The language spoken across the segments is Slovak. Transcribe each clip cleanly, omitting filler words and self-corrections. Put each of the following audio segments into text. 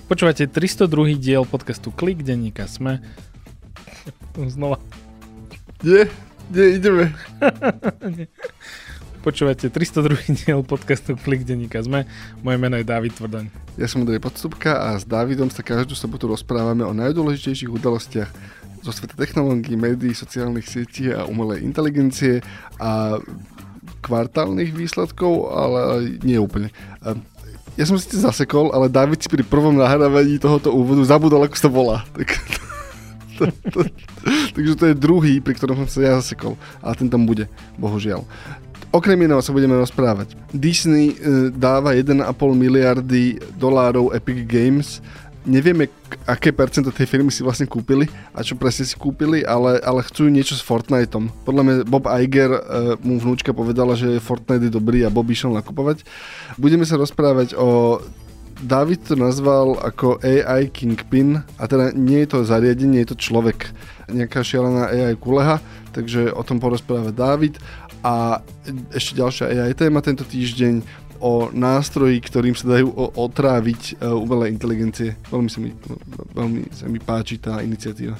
Počúvate 302. diel podcastu Klik denníka SME. Znova. Nie, ideme. Počúvate 302. diel podcastu Klik denníka SME. Moje meno je Dávid Tvrdaň. Ja som Andrej Podstupka a s Dávidom sa každú sobotu rozprávame o najdôležitejších udalostiach zo sveta technológií, médií, sociálnych sietí a umelej inteligencie a kvartálnych výsledkov, ale nie úplne. Ja som si zasekol, ale Dávid si pri prvom nahrávaní tohoto úvodu zabudol, ako sa to volá. Takže to je druhý, pri ktorom som sa ja zasekol. Ale ten tam bude, bohužiaľ. Okrem iného sa budeme rozprávať. Disney dáva 1,5 miliardy dolárov Epic Games. Nevieme, aké percento tej firmy si vlastne kúpili a čo presne si kúpili, ale chcú niečo s Fortniteom. Podľa mňa Bob Iger, mu vnúčka povedala, že Fortnite je dobrý a Bob išiel nakupovať. Budeme sa rozprávať o... David to nazval ako AI Kingpin a teda nie je to zariadenie, je to človek. Nejaká šialená AI kuleha, takže o tom porozpráva David. A ešte ďalšia AI téma tento týždeň o nástroji, ktorým sa dajú otráviť umelé inteligencie. Veľmi sa mi páči tá iniciatíva.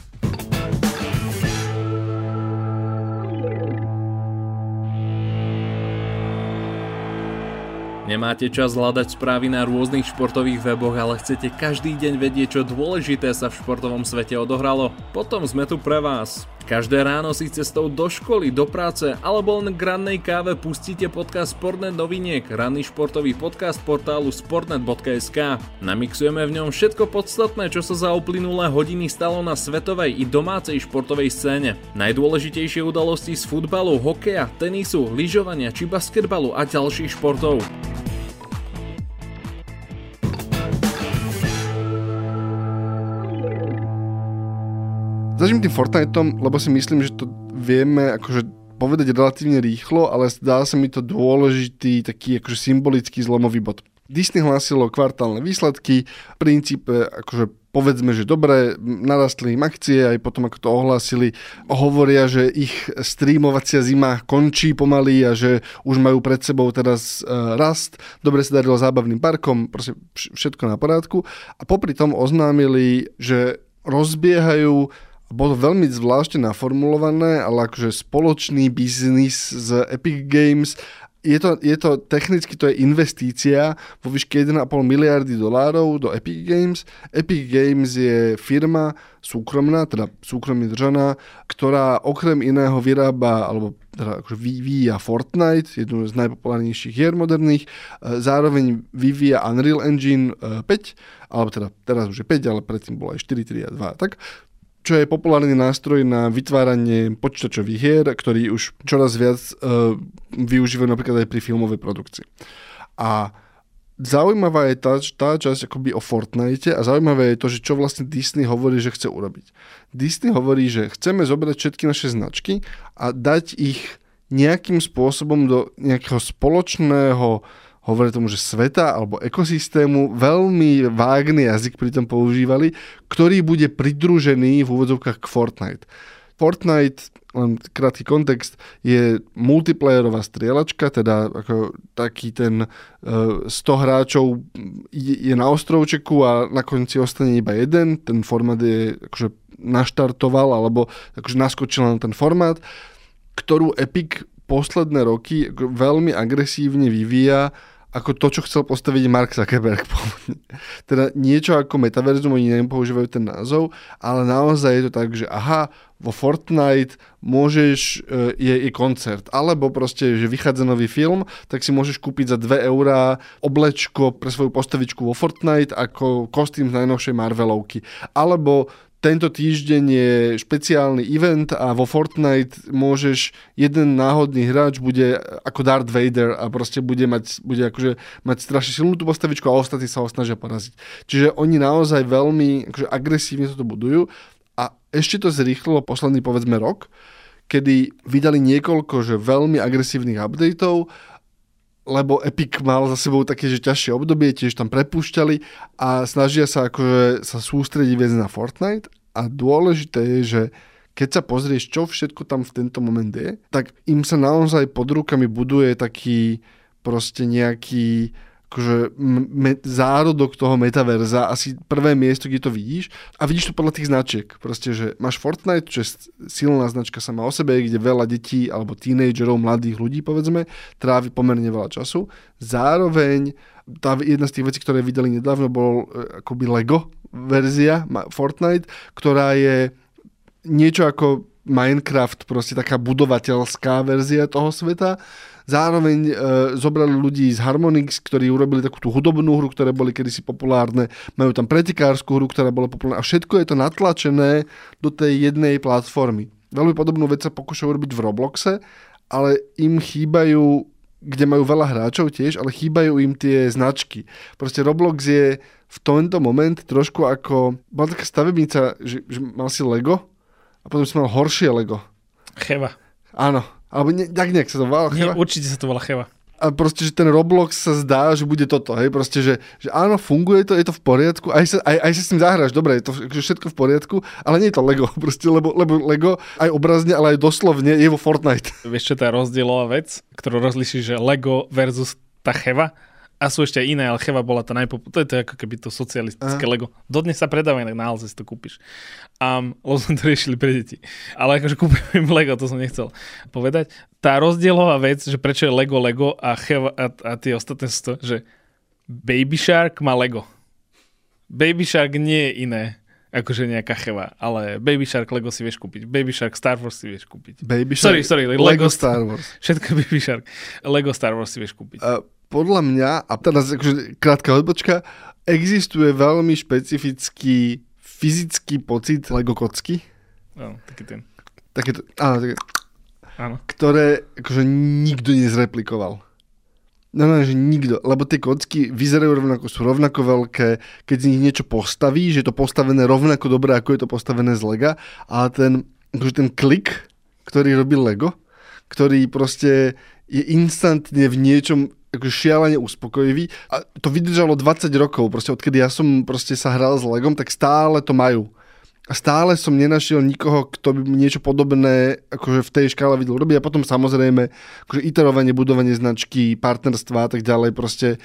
Nemáte čas hľadať správy na rôznych športových weboch, ale chcete každý deň vedieť, čo dôležité sa v športovom svete odohralo? Potom sme tu pre vás. Každé ráno si cestou do školy, do práce alebo len k rannej káve pustíte podcast Sportnet noviniek, ranný športový podcast portálu sportnet.sk. Namixujeme v ňom všetko podstatné, čo sa za uplynulé hodiny stalo na svetovej i domácej športovej scéne. Najdôležitejšie udalosti z futbalu, hokeja, tenisu, lyžovania či basketbalu a ďalších športov. Začnem tým Fortniteom, lebo si myslím, že to vieme akože povedať relatívne rýchlo, ale zdá sa mi to dôležitý taký akože symbolický zlomový bod. Disney hlásilo kvartálne výsledky, v princípe akože povedzme, že dobre, narastli im akcie, aj potom ako to ohlásili, hovoria, že ich streamovacia zima končí pomaly a že už majú pred sebou teraz rast, dobre sa darilo zábavným parkom, proste všetko na poriadku a popri tom oznámili, že rozbiehajú. Bolo veľmi zvláštne naformulované, ale akože spoločný biznis z Epic Games. Je to technicky, to je investícia vo výške 1,5 miliardy dolárov do Epic Games. Epic Games je firma súkromná, teda súkromne držaná, ktorá okrem iného vyrába, alebo teda akože vyvíja Fortnite, jednu z najpopulárnejších hier moderných, zároveň vyvíja Unreal Engine 5, alebo teda teraz už je 5, ale predtým bolo aj 4, 3 a 2, tak čo je populárny nástroj na vytváranie počítačových hier, ktorý už čoraz viac využívajú napríklad aj pri filmovej produkcii. A zaujímavá je tá časť akoby o Fortnite a zaujímavé je to, že čo vlastne Disney hovorí, že chce urobiť. Disney hovorí, že chceme zobrať všetky naše značky a dať ich nejakým spôsobom do nejakého spoločného, hovorí tomu, že sveta alebo ekosystému, veľmi vágny jazyk pri tom používali, ktorý bude pridružený v úvodzovkách k Fortnite. Fortnite, len krátky kontext, je multiplayerová strieľačka, teda ako taký ten 100 hráčov je na ostrovčeku a na konci ostane iba jeden. Ten formát je akože naštartoval alebo akože naskočil na ten formát, ktorú Epic posledné roky veľmi agresívne vyvíja ako to, čo chcel postaviť Mark Zuckerberg. Teda niečo ako metaverzum, oni nepoužívajú ten názov, ale naozaj je to tak, že aha, vo Fortnite môžeš, je koncert, alebo proste, že vychádza nový film, tak si môžeš kúpiť za 2 eurá oblečko pre svoju postavičku vo Fortnite ako kostým z najnovšej Marvelovky. Alebo tento týždeň je špeciálny event a vo Fortnite môžeš, jeden náhodný hráč bude ako Darth Vader a proste bude akože mať strašne silnú tú postavičku a ostatní sa ho snažia poraziť. Čiže oni naozaj veľmi akože agresívne toto budujú a ešte to zrýchlilo posledný povedzme rok, kedy vydali niekoľko že veľmi agresívnych updateov, lebo Epic mal za sebou také, že ťažšie obdobie, tiež tam prepúšťali a snažia sa akože sa sústrediť viac na Fortnite a dôležité je, že keď sa pozrieš, čo všetko tam v tento moment je, tak im sa naozaj pod rukami buduje taký proste nejaký akože zárodok toho metaverza, asi prvé miesto, kde to vidíš a vidíš to podľa tých značiek. Proste, že máš Fortnite, čo je silná značka sama o sebe, kde veľa detí alebo tínedžerov, mladých ľudí, povedzme, trávi pomerne veľa času. Zároveň tá jedna z tých vecí, ktoré videli nedávno, bol akoby Lego verzia Fortnite, ktorá je niečo ako Minecraft, proste taká budovateľská verzia toho sveta. Zároveň zobrali ľudí z Harmonix, ktorí urobili takú tú hudobnú hru, ktoré boli kedysi populárne. Majú tam pretekárskú hru, ktorá bola populárna. A všetko je to natlačené do tej jednej platformy. Veľmi podobnú vec sa pokúšajú robiť v Robloxe, ale im chýbajú, kde majú veľa hráčov tiež, ale chýbajú im tie značky. Proste Roblox je v tento moment trošku ako... Bola taká stavebnica, že mal si Lego a potom si mal horšie Lego. Cheva. Áno. Alebo nejak sa to volá. Nie, určite sa to volá Cheva. A proste, že ten Roblox sa zdá, že bude toto, hej, proste, že áno, funguje to, je to v poriadku, aj sa s tým zahráš, dobre, je to všetko v poriadku, ale nie je to Lego, proste, lebo Lego aj obrazne, ale aj doslovne je vo Fortnite. Vieš, čo tá rozdielová vec, ktorú rozlíšiš, že Lego versus tá Cheva? A sú ešte aj iné, ale Cheva bola tá to je to ako keby to socialistické Lego. Dodnes sa predáva, inak na Alze si to kúpiš. Lebo sme to riešili pre deti. Ale akože kúpim im Lego, to som nechcel povedať. Tá rozdielová vec, že prečo je Lego a Cheva a tie ostatné sú to, že Baby Shark má Lego. Baby Shark nie je iné akože nejaká Cheva, ale Baby Shark Lego si vieš kúpiť. Baby Shark Star Wars si vieš kúpiť. Baby Shark, sorry, Lego Star Wars. Všetko Baby Shark. Lego Star Wars si vieš kúpiť. Podľa mňa, a teraz akože krátka odbočka, existuje veľmi špecifický fyzický pocit Lego kocky. Áno, taký ten. Áno. Ktoré akože nikto nezreplikoval. No, že nikto. Lebo tie kocky vyzerajú rovnako, sú rovnako veľké. Keď z nich niečo postaví, že je to postavené rovnako dobre, ako je to postavené z Lega. Ale ten klik, ktorý robí Lego, ktorý proste je instantne v niečom akože šialene uspokojivý. A to vydržalo 20 rokov. Proste odkedy ja som proste sa hral s Legom, tak stále to majú. A stále som nenašiel nikoho, kto by niečo podobné akože v tej škále videl robiť. A potom samozrejme akože iterovanie, budovanie značky, partnerstva a tak ďalej. Proste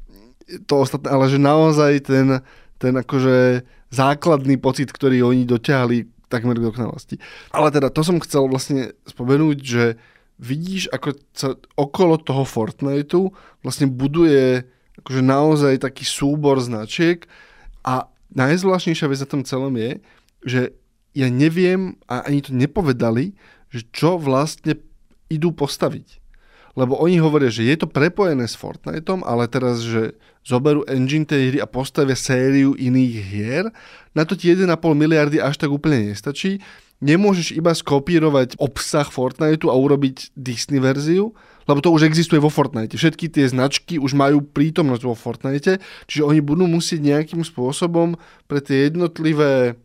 to ostatné. Ale že naozaj ten akože základný pocit, ktorý oni dotiahli takmer k dokonalosti. Ale teda to som chcel vlastne spomenúť, že vidíš, ako sa okolo toho Fortniteu vlastne buduje akože naozaj taký súbor značiek a najzvláštnejšia vec na tom celom je, že ja neviem a ani to nepovedali, že čo vlastne idú postaviť. Lebo oni hovoria, že je to prepojené s Fortniteom, ale teraz, že zoberú engine tej hry a postavia sériu iných hier, na to ti 1,5 miliardy až tak úplne nestačí. Nemôžeš iba skopírovať obsah Fortniteu a urobiť Disney verziu, lebo to už existuje vo Fortnite. Všetky tie značky už majú prítomnosť vo Fortnite, čiže oni budú musieť nejakým spôsobom pre tie jednotlivé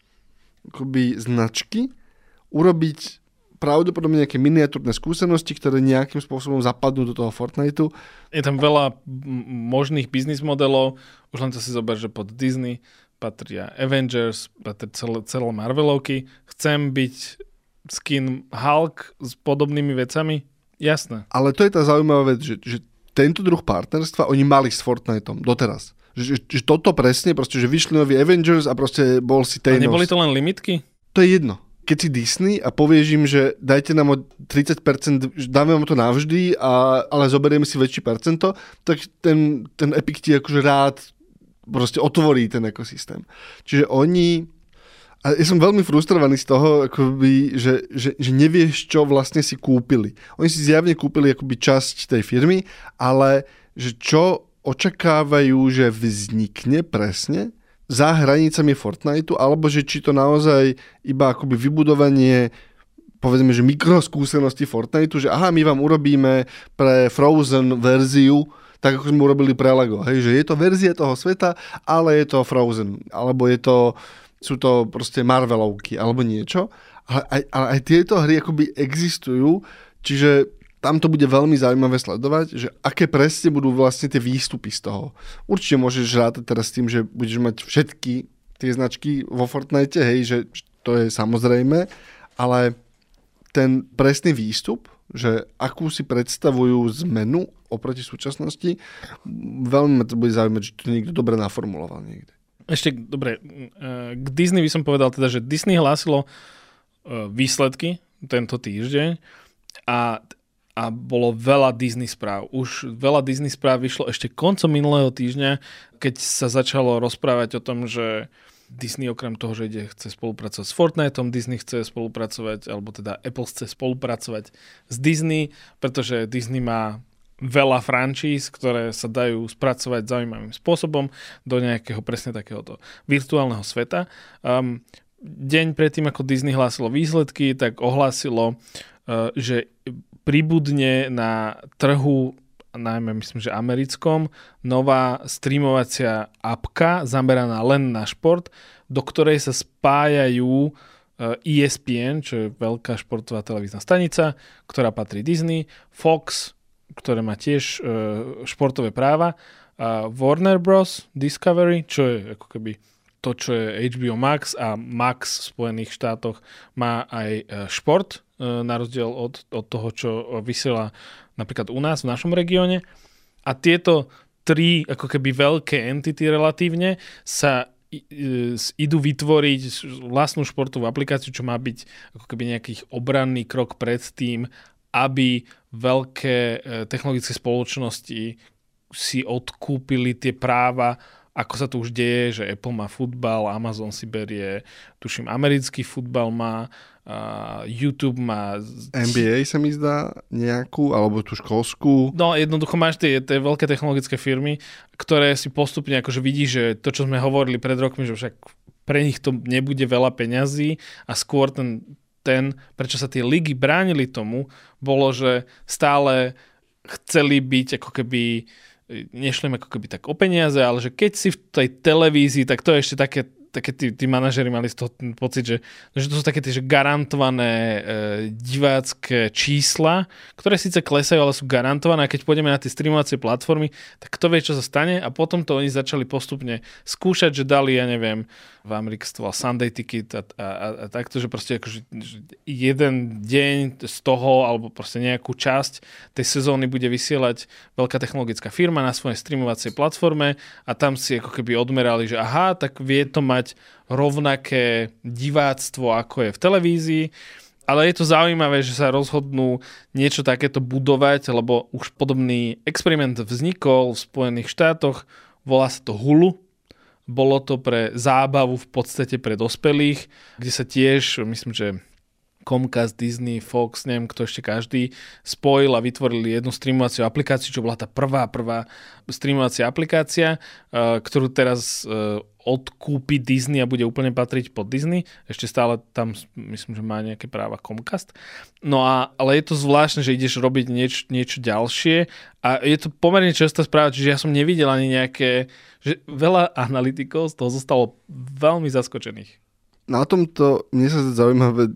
akoby značky urobiť pravdepodobne nejaké miniatúrne skúsenosti, ktoré nejakým spôsobom zapadnú do toho Fortniteu. Je tam veľa možných biznis modelov, už len to si zober, že pod Disney patria Avengers, patria celé Marvelovky. Chcem byť skin Hulk s podobnými vecami? Jasné. Ale to je tá zaujímavá vec, že tento druh partnerstva oni mali s Fortniteom doteraz. Že toto presne, proste, že vyšli noví Avengers a proste bol si Thanos. A neboli to len limitky? To je jedno. Keď si Disney a povieš im, že dajte nám o 30%, dáme vám to navždy, ale zoberieme si väčšie percento, tak ten Epic ti akože rád proste otvorí ten ekosystém. Čiže oni... A ja som veľmi frustrovaný z toho, akoby, že nevieš, čo vlastne si kúpili. Oni si zjavne kúpili akoby časť tej firmy, ale že čo očakávajú, že vznikne presne za hranicami Fortniteu, alebo že či to naozaj iba akoby vybudovanie povedzme, že mikroskúsenosti Fortniteu, že aha, my vám urobíme pre Frozen verziu tak ako sme urobili pre Lego. Hej, že je to verzia toho sveta, ale je to Frozen. Alebo sú to proste Marvelovky, alebo niečo. Ale aj tieto hry akoby existujú, čiže tam to bude veľmi zaujímavé sledovať, že aké presne budú vlastne tie výstupy z toho. Určite môžeš rátať teraz s tým, že budeš mať všetky tie značky vo Fortnite, hej, že to je samozrejme, ale ten presný výstup že akú si predstavujú zmenu oproti súčasnosti. Veľmi ma to bude zaujímať, že to niekto dobre naformuloval niekde. Ešte, dobre, k Disney by som povedal teda, že Disney hlásilo výsledky tento týždeň a bolo veľa Disney správ. Už veľa Disney správ vyšlo ešte koncom minulého týždňa, keď sa začalo rozprávať o tom, že Disney okrem toho, že chce spolupracovať s Fortniteom, Disney chce spolupracovať, alebo teda Apple chce spolupracovať s Disney, pretože Disney má veľa frančíz, ktoré sa dajú spracovať zaujímavým spôsobom do nejakého presne takéhoto virtuálneho sveta. Deň predtým, ako Disney hlásilo výsledky, tak ohlásilo, že pribudne na trhu, najmä myslím, že americkom, nová streamovacia apka zameraná len na šport, do ktorej sa spájajú ESPN, čo je veľká športová televízna stanica, ktorá patrí Disney, Fox, ktoré má tiež športové práva, Warner Bros. Discovery, čo je ako keby to, čo je HBO Max, a Max v Spojených štátoch má aj šport, na rozdiel od toho, čo vysiela napríklad u nás, v našom regióne. A tieto tri ako keby veľké entity relatívne sa idú vytvoriť vlastnú športovú aplikáciu, čo má byť ako keby nejaký obranný krok pred tým, aby veľké technologické spoločnosti si odkúpili tie práva, ako sa to už deje, že Apple má futbal, Amazon si berie, tuším, americký futbal má, YouTube má... NBA sa mi zdá nejakú, alebo tú školskú. No jednoducho máš tie veľké technologické firmy, ktoré si postupne akože vidí, že to, čo sme hovorili pred rokmi, že však pre nich to nebude veľa peňazí a skôr prečo sa tie ligy bránili tomu, bolo, že stále chceli byť ako keby, nešli ako keby tak o peniaze, ale že keď si v tej televízii, tak to je ešte také tí manažeri mali z toho pocit, že to sú také tie garantované divácké čísla, ktoré síce klesajú, ale sú garantované, a keď pôjdeme na tie streamovacie platformy, tak kto vie, čo sa stane, a potom to oni začali postupne skúšať, že dali, ja neviem, v Amerike to volá Sunday Ticket a takto, že proste akože jeden deň z toho, alebo proste nejakú časť tej sezóny bude vysielať veľká technologická firma na svojej streamovacej platforme a tam si ako keby odmerali, že aha, tak vie to mať rovnaké diváctvo, ako je v televízii. Ale je to zaujímavé, že sa rozhodnú niečo takéto budovať, lebo už podobný experiment vznikol v Spojených štátoch, volá sa to Hulu. Bolo to pre zábavu v podstate pre dospelých, kde sa tiež, myslím, že Comcast, Disney, Fox, neviem kto ešte každý, spojil a vytvorili jednu streamovaciu aplikáciu, čo bola tá prvá streamovacia aplikácia, ktorú teraz odkúpi Disney a bude úplne patriť pod Disney. Ešte stále tam, myslím, že má nejaké práva Comcast. No ale je to zvláštne, že ideš robiť niečo ďalšie a je to pomerne častá správa, čiže ja som nevidel ani nejaké, že veľa analytikov z toho zostalo veľmi zaskočených. Na tomto mne sa zaujímavé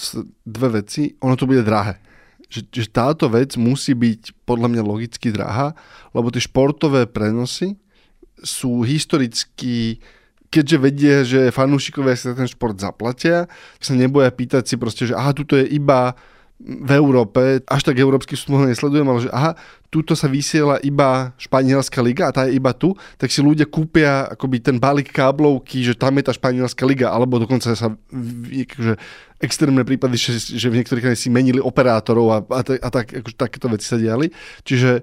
dve veci. Ono to bude drahé. Že táto vec musí byť podľa mňa logicky drahá, lebo tie športové prenosy sú historicky, keďže vedia, že fanúšikovia sa ten šport zaplatia, sa neboja pýtať si proste, že aha, tuto je iba v Európe, až tak európsky súd nesledujem, ale že aha, tuto sa vysiela iba španielská liga a tá je iba tu, tak si ľudia kúpia akoby ten balík káblovky, že tam je tá španielská liga, alebo dokonca sa akože extrémne prípady, že v niektorých krajinách si menili operátorov a tak, akože takéto veci sa diali. Čiže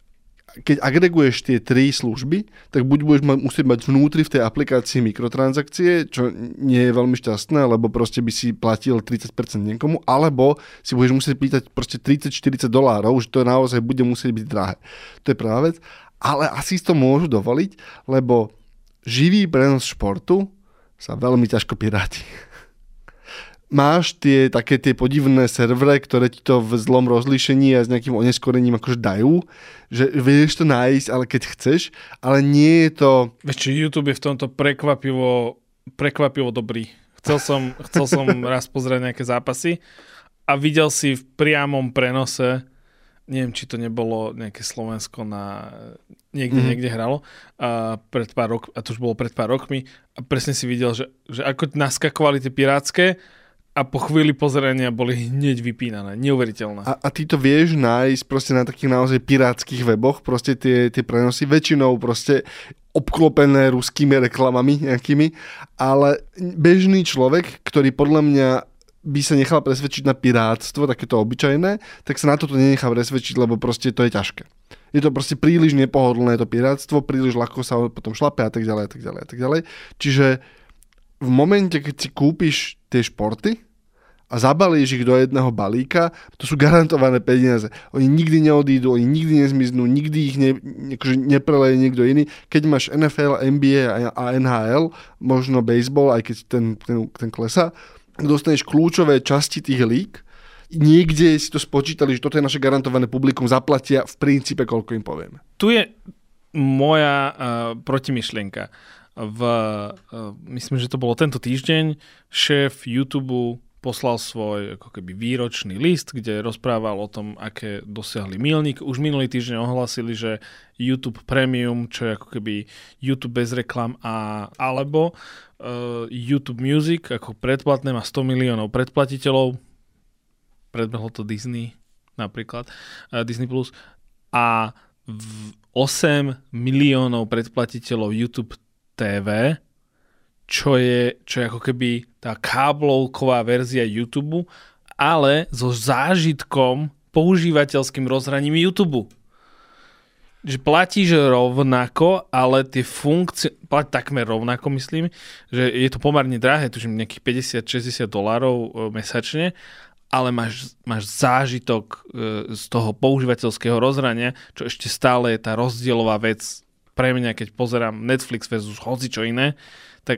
keď agreguješ tie tri služby, tak buď budeš musieť mať vnútri v tej aplikácii mikrotransakcie, čo nie je veľmi šťastné, lebo proste by si platil 30% niekomu, alebo si budeš musieť pýtať proste $30-40, že to naozaj bude musieť byť drahé. To je prvá vec. Ale asi si to môžu dovoliť, lebo živý prenos športu sa veľmi ťažko piráti. Máš také tie podivné servery, ktoré ti to v zlom rozlíšení a s nejakým oneskorením akože dajú, že vieš to nájsť, ale keď chceš, ale nie je to... Vieš, YouTube je v tomto prekvapivo dobrý. Chcel som raz pozrieť nejaké zápasy a videl si v priamom prenose, neviem, či to nebolo nejaké Slovensko niekde hralo a to už bolo pred pár rokmi a presne si videl, že ako naskakovali tie pirátske a po chvíli pozerania boli hneď vypínané. Neuveriteľné. A ty to vieš nájsť proste na takých naozaj pirátskych weboch, proste tie prenosy, väčšinou proste obklopené ruskými reklamami nejakými, ale bežný človek, ktorý podľa mňa by sa nechal presvedčiť na pirátstvo, takéto obyčajné, tak sa na toto nenechá presvedčiť, lebo proste to je ťažké. Je to proste príliš nepohodlné, to pirátstvo, príliš ľahko sa potom šlape a tak ďalej, a tak ďalej, a tak ďalej. Čiže v momente, keď si kúpiš tie športy a zabalíš ich do jedného balíka, to sú garantované peniaze. Oni nikdy neodídu, oni nikdy nezmiznú, nikdy ich nepreleje niekto iný. Keď máš NFL, NBA a NHL, možno baseball, aj keď ten klesá, dostaneš kľúčové časti tých líg, niekde si to spočítali, že toto je naše garantované publikum, zaplatia v princípe, koľko im povieme. Tu je moja protimyšlienka. Myslím, že to bolo tento týždeň, šéf YouTube poslal svoj ako keby výročný list, kde rozprával o tom, aké dosiahli míľnik. Už minulý týždeň ohlasili, že YouTube Premium, čo je ako keby YouTube bez reklam alebo YouTube Music ako predplatné má 100 miliónov predplatiteľov. Predbehlo to Disney napríklad, Disney Plus. A 8 miliónov predplatiteľov YouTube TV, čo je ako keby tá káblovková verzia YouTube, ale so zážitkom používateľským rozhraním YouTube. Že platíš rovnako, ale tie funkcie, platí takmer rovnako, myslím, že je to pomerne drahé, tužím nejakých $50-60 mesačne, ale máš zážitok z toho používateľského rozhrania, čo ešte stále je tá rozdielová vec pre mňa, keď pozerám Netflix versus hocičo iné, tak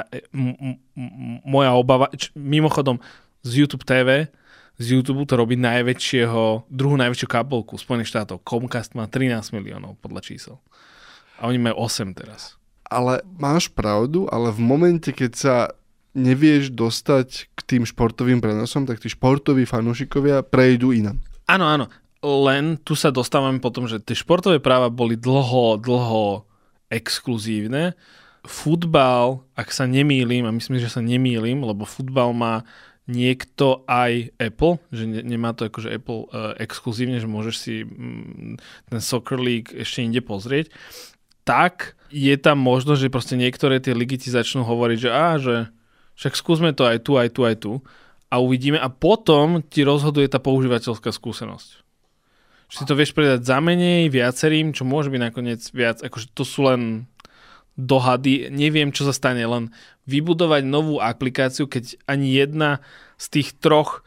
moja obava, mimochodom z YouTube TV, z YouTube to robí druhú najväčšiu kábelku Spojených štátov. Comcast má 13 miliónov podľa čísel. A oni majú 8 teraz. Ale máš pravdu, ale v momente, keď sa nevieš dostať k tým športovým prenosom, tak tí športoví fanúšikovia prejdú inam. Áno. Len tu sa dostávame potom, že tie športové práva boli dlho exkluzívne. Futbal, ak sa nemýlim, a myslím, že sa nemýlim, lebo futbal má niekto aj Apple, že nemá to akože Apple exkluzívne, že môžeš si ten Soccer League ešte inde pozrieť, tak je tam možnosť, že proste niektoré tie ligy ti začnú hovoriť, že však skúsme to aj tu a uvidíme a potom ti rozhoduje tá používateľská skúsenosť. Že si to vieš predať za menej, viacerým, čo môže byť nakoniec viac, akože to sú len dohady, neviem, čo sa stane, len vybudovať novú aplikáciu, keď ani jedna z tých troch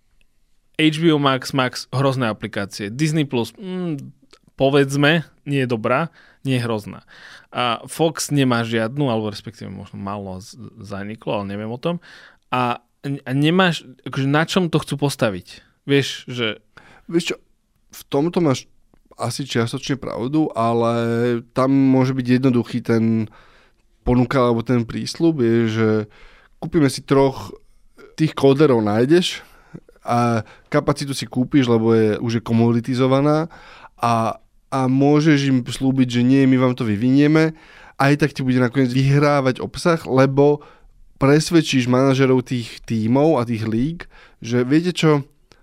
HBO Max, hrozné aplikácie. Disney Plus, povedzme, nie je dobrá, nie je hrozná. A Fox nemá žiadnu, alebo respektíve možno málo zaniklo, ale neviem o tom. A nemáš, akože na čom to chcú postaviť? Vieš, že... Vieš čo, v tomto máš asi čiastočne pravdu, ale tam môže byť jednoduchý ten ponuka alebo ten prísľub, je, že kúpime si troch tých kóderov nájdeš a kapacitu si kúpiš, lebo už je komoditizovaná a môžeš im slúbiť, že nie, my vám to vyvinieme, aj tak ti bude nakoniec vyhrávať obsah, lebo presvedčíš manažerov tých tímov a tých líg, že viete čo,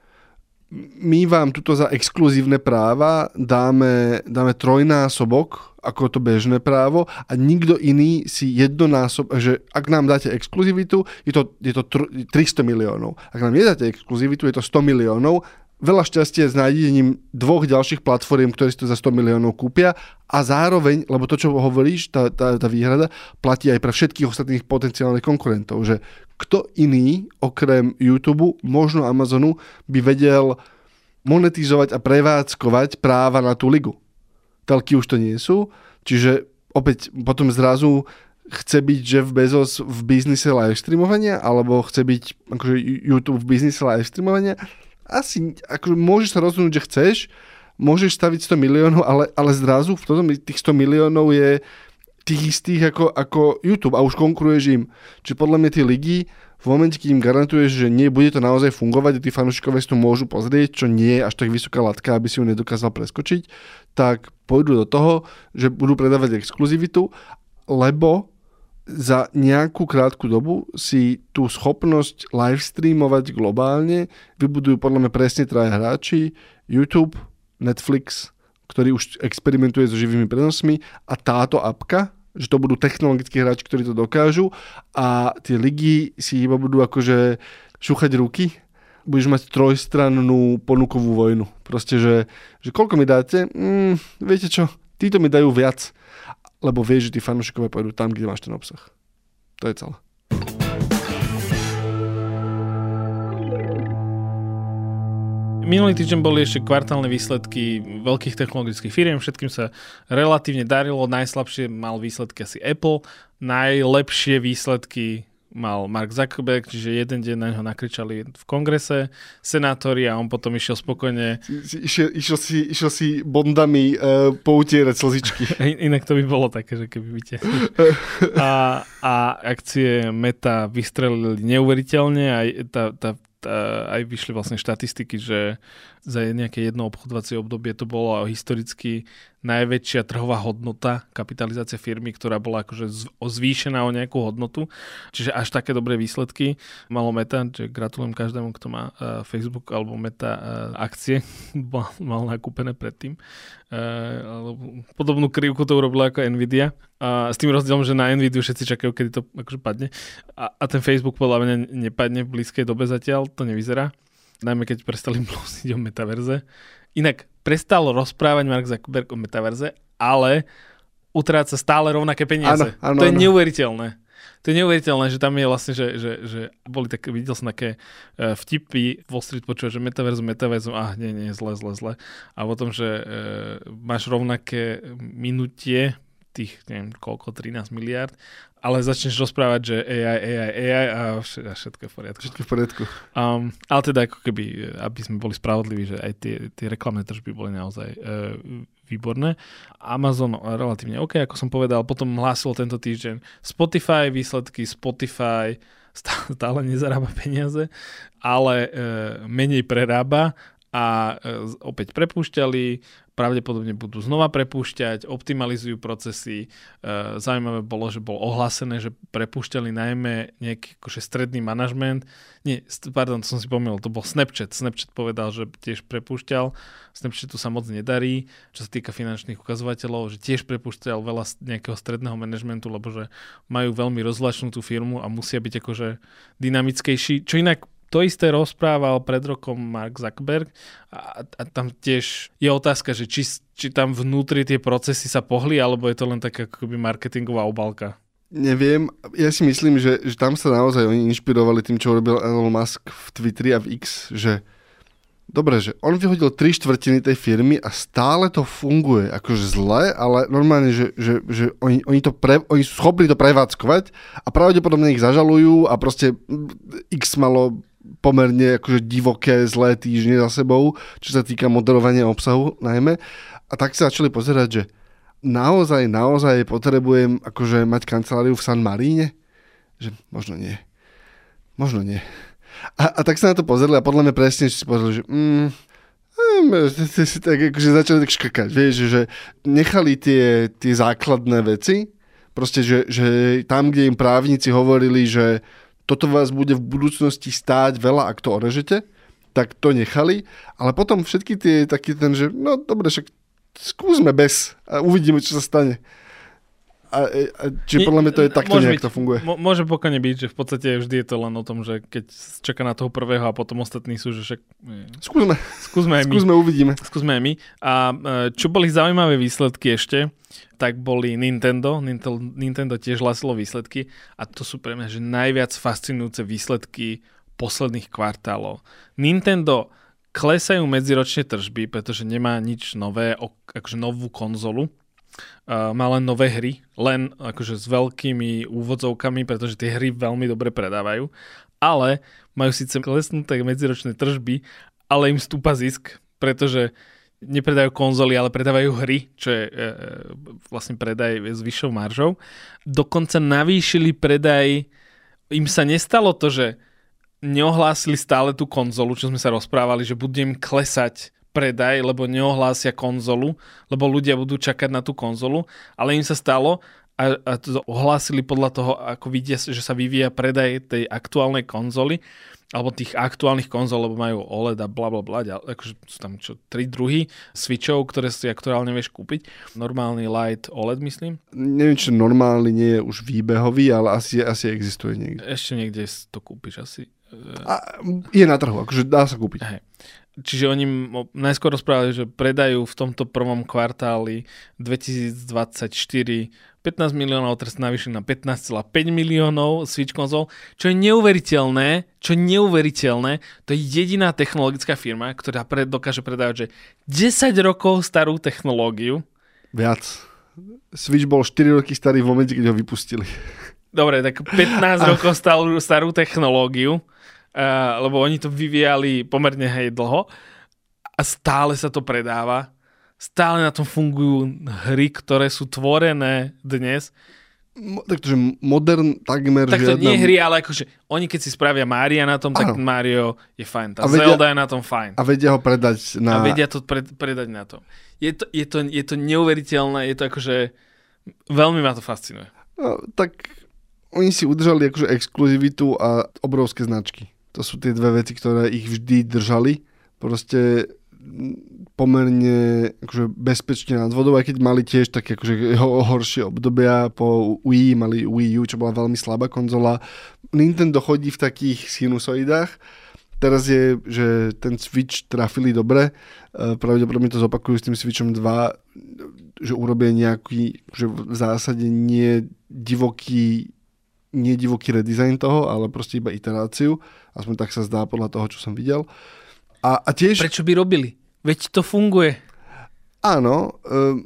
my vám tuto za exkluzívne práva dáme trojnásobok, ako to bežné právo a nikto iný si že ak nám dáte exkluzivitu, je to 300 miliónov. Ak nám nedáte exkluzivitu, je to 100 miliónov. Veľa šťastia s nájdením dvoch ďalších platform, ktoré si to za 100 miliónov kúpia a zároveň, lebo to, čo hovoríš, tá výhrada, platí aj pre všetkých ostatných potenciálnych konkurentov, že kto iný, okrem YouTube, možno Amazonu, by vedel monetizovať a prevádzkovať práva na tú ligu. Telky už to nie sú, čiže opäť potom zrazu chce byť Jeff Bezos v biznise live streamovania, alebo chce byť akože YouTube v biznise live streamovania. Asi akože môžeš sa rozhodnúť, že chceš, môžeš staviť 100 miliónov, ale zrazu v tom tých 100 miliónov je tých istých ako YouTube a už konkuruješ im. Čiže podľa mňa tie ligy, v momente, keď im garantuješ, že nie bude to naozaj fungovať a tí fanúšikovia si to môžu pozrieť, čo nie je až tak vysoká latka, aby si ju nedokázal preskočiť, tak pôjdu do toho, že budú predávať exkluzivitu, lebo za nejakú krátku dobu si tú schopnosť live streamovať globálne vybudujú podľa mňa presne traja hráči, YouTube, Netflix, ktorý už experimentuje so živými prenosmi a táto apka, že to budú technologickí hráči, ktorí to dokážu a tie ligy si iba budú akože šúchať ruky. Budeš mať trojstrannú ponukovú vojnu. Proste, že koľko mi dáte? Viete čo? Títo mi dajú viac. Lebo vieš, že tí fanúšikovia pôjdu tam, kde máš ten obsah. To je celé. Minulý týždeň boli ešte kvartálne výsledky veľkých technologických firiem. Všetkým sa relatívne darilo. Najslabšie mal výsledky asi Apple. Najlepšie výsledky mal Mark Zuckerberg, čiže jeden deň na ňo nakričali v kongrese senátori a on potom išiel spokojne. Išiel si bondami poutierať slzičky. Inak to by bolo také, že keby vidíte. A akcie Meta vystrelili neuveriteľne a aj vyšli vlastne štatistiky, že za nejaké jedno obchodovacie obdobie to bolo historicky najväčšia trhová hodnota, kapitalizácia firmy, ktorá bola akože zvýšená o nejakú hodnotu. Čiže až také dobré výsledky malo Meta, že gratulujem každému, kto má Facebook alebo Meta akcie, mal nakúpené predtým. Podobnú krivku to urobila ako Nvidia. A s tým rozdielom, že na Nvidiu všetci čakajú, kedy to akože padne. A ten Facebook podľa mňa nepadne v blízkej dobe zatiaľ, to nevyzerá. Najmä keď prestali blúsiť o metaverze. Inak prestal rozprávať Mark Zuckerberg o metaverze, ale utráca stále rovnaké peniaze. Áno, to je neuveriteľné. To je neuveriteľné, že tam je vlastne, že boli také, videl som také vtipy, Wall Street počúva, že metaverzum, nie, zle. A potom, že máš rovnaké minutie, tých, neviem, koľko, 13 miliárd, ale začneš rozprávať, že AI a všetko je v poriadku. Všetko v poriadku. Ale teda ako keby, aby sme boli spravodliví, že aj tie reklamné tržby boli naozaj výborné. Amazon relatívne OK, ako som povedal, potom hlásil tento týždeň Spotify, výsledky Spotify stále nezarába peniaze, ale menej prerába a opäť prepúšťali, pravdepodobne budú znova prepúšťať, optimalizujú procesy. Zaujímavé bolo, že bolo ohlásené, že prepúšťali najmä nejaký akože stredný manažment. To som si pomýlil, to bol Snapchat. Snapchat povedal, že tiež prepúšťal. Snapchatu sa moc nedarí, čo sa týka finančných ukazovateľov, že tiež prepúšťal veľa nejakého stredného manažmentu, lebo že majú veľmi rozvláčnú tú firmu a musia byť akože dynamickejší. Čo inak to isté rozprával pred rokom Mark Zuckerberg a tam tiež je otázka, že či tam vnútri tie procesy sa pohli, alebo je to len taká akoby marketingová obálka. Neviem, ja si myslím, že tam sa naozaj oni inšpirovali tým, čo robil Elon Musk v Twitteri a v X, že dobre, že on vyhodil 3/4 tej firmy a stále to funguje akože zle, ale normálne, že oni sú schopní to prevádzkovať a pravdepodobne ich zažalujú a proste X malo pomerne akože divoké, zlé týždne za sebou, čo sa týka moderovania obsahu najmä. A tak sa začali pozerať, že naozaj potrebujem akože mať kanceláriu v San Maríne? Že možno nie. A tak sa na to pozerali a podľa mňa presne si pozerali, že tak akože začali tak škrkať, vieš, že nechali tie základné veci, proste, že tam, kde im právnici hovorili, že toto vás bude v budúcnosti stáť veľa, ak to orežete, tak to nechali, ale potom všetky tie taký ten, že no dobre, však skúsme bez a uvidíme, čo sa stane. Čiže podľa mňa to je takto nejak to funguje. Môže pokojne byť, že v podstate vždy je to len o tom, že keď čaká na toho prvého a potom ostatní sú, že však skúsme aj my. Uvidíme. Skúsme aj my. A čo boli zaujímavé výsledky ešte, tak boli Nintendo. Nintendo tiež hlásilo výsledky a to sú pre mňa že najviac fascinujúce výsledky posledných kvartálov. Nintendo klesajú medziročne tržby, pretože nemá nič nové, akože novú konzolu. Má len nové hry, len akože s veľkými úvodzovkami, pretože tie hry veľmi dobre predávajú, ale majú síce klesnuté medziročné tržby, ale im stúpa zisk, pretože nepredajú konzoly, ale predávajú hry, čo je vlastne predaj s vyššou maržou. Dokonca navýšili predaj, im sa nestalo to, že neohlásili stále tú konzolu, čo sme sa rozprávali, že budem klesať predaj, lebo neohlásia konzolu, lebo ľudia budú čakať na tú konzolu, ale im sa stalo a to ohlásili podľa toho, ako vidia, že sa vyvíja predaj tej aktuálnej konzoly, alebo tých aktuálnych konzol, lebo majú OLED a blablabla, akože sú tam 3 druhy Switchov, ktoré si aktuálne vieš kúpiť. Normálny Light OLED, myslím. Neviem, či normálny nie je už výbehový, ale asi existuje niekde. Ešte niekde to kúpiš asi. A je na trhu, akože dá sa kúpiť. Hej. Čiže oni najskôr rozprávali, že predajú v tomto prvom kvartáli 2024 15 miliónov, teraz navýšili na 15,5 miliónov Switch konzol, čo je neuveriteľné, to je jediná technologická firma, ktorá dokáže predávať, že 10 rokov starú technológiu. Viac. Switch bol 4 roky starý v momente, keď ho vypustili. Dobre, tak 15 rokov starú technológiu, lebo oni to vyvíjali pomerne dlho a stále sa to predáva. Stále na tom fungujú hry, ktoré sú tvorené dnes. Takže modern takmer tak to nie hry, ale akože oni keď si spravia Mária na tom, tak Mario je fajn. Tá Zelda je na tom fajn. A vedia ho predať na... A vedia to predať na tom. Je to neuveriteľné, je to akože... Veľmi ma to fascinuje. No, tak oni si udržali akože exkluzivitu a obrovské značky. To sú tie dve veci, ktoré ich vždy držali. Proste pomerne akože bezpečne nad vodou, aj keď mali tiež také akože horšie obdobia. Po Wii mali Wii U, čo bola veľmi slabá konzola. Nintendo chodí v takých sinusoidách. Teraz je, že ten Switch trafili dobre. Pravdepodobne to zopakujú s tým Switchom 2, že urobia nejaký, že v zásade nie divoký redesign toho, ale proste iba iteráciu. Aspoň tak sa zdá podľa toho, čo som videl. A tiež... Prečo by robili? Veď to funguje. Áno.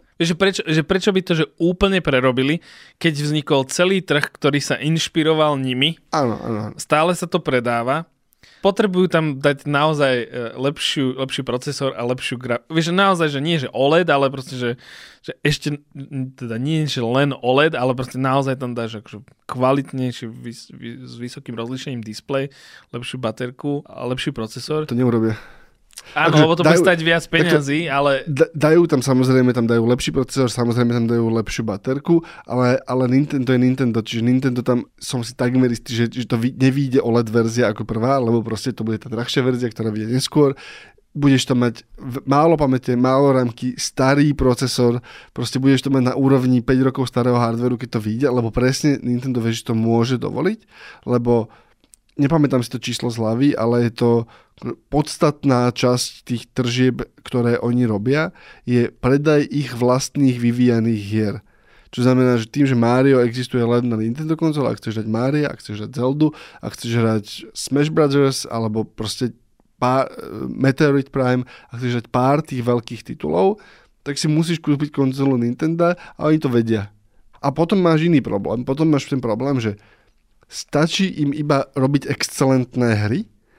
Prečo by to, že úplne prerobili, keď vznikol celý trh, ktorý sa inšpiroval nimi. Áno. Stále sa to predáva. Potrebujú tam dať naozaj lepší procesor a lepšiu Vieš, naozaj, že nie, že OLED, ale proste, že ešte, teda nie, že len OLED, ale proste naozaj tam dáš akože kvalitnejší, s vysokým rozlíšením displej, lepšiu baterku a lepší procesor. To neurobia. Áno, lebo to bude stať viac peňazí, ale... Dajú tam samozrejme, lepší procesor, samozrejme tam dajú lepšiu baterku, ale Nintendo je Nintendo, čiže Nintendo tam som si takmer istý, že to nevyjde OLED verzia ako prvá, lebo proste to bude tá drahšia verzia, ktorá vyjde neskôr. Budeš tam mať málo pamäte, málo rámky, starý procesor, proste budeš to mať na úrovni 5 rokov starého hardwareu, keď to vyjde, lebo presne Nintendo vie, že to môže dovoliť, lebo nepamätám si to číslo z hlavy, ale je to podstatná časť tých tržieb, ktoré oni robia, je predaj ich vlastných vyvíjaných hier. Čo znamená, že tým, že Mario existuje len na Nintendo konzole, ak chceš hrať Maria, ak chceš hrať Zeldu, ak chceš hrať Smash Brothers, alebo proste Meteoroid Prime, ak chceš hrať pár tých veľkých titulov, tak si musíš kúpiť konzolu Nintendo a oni to vedia. A potom máš iný problém. Potom máš ten problém, že stačí im iba robiť excelentné hry,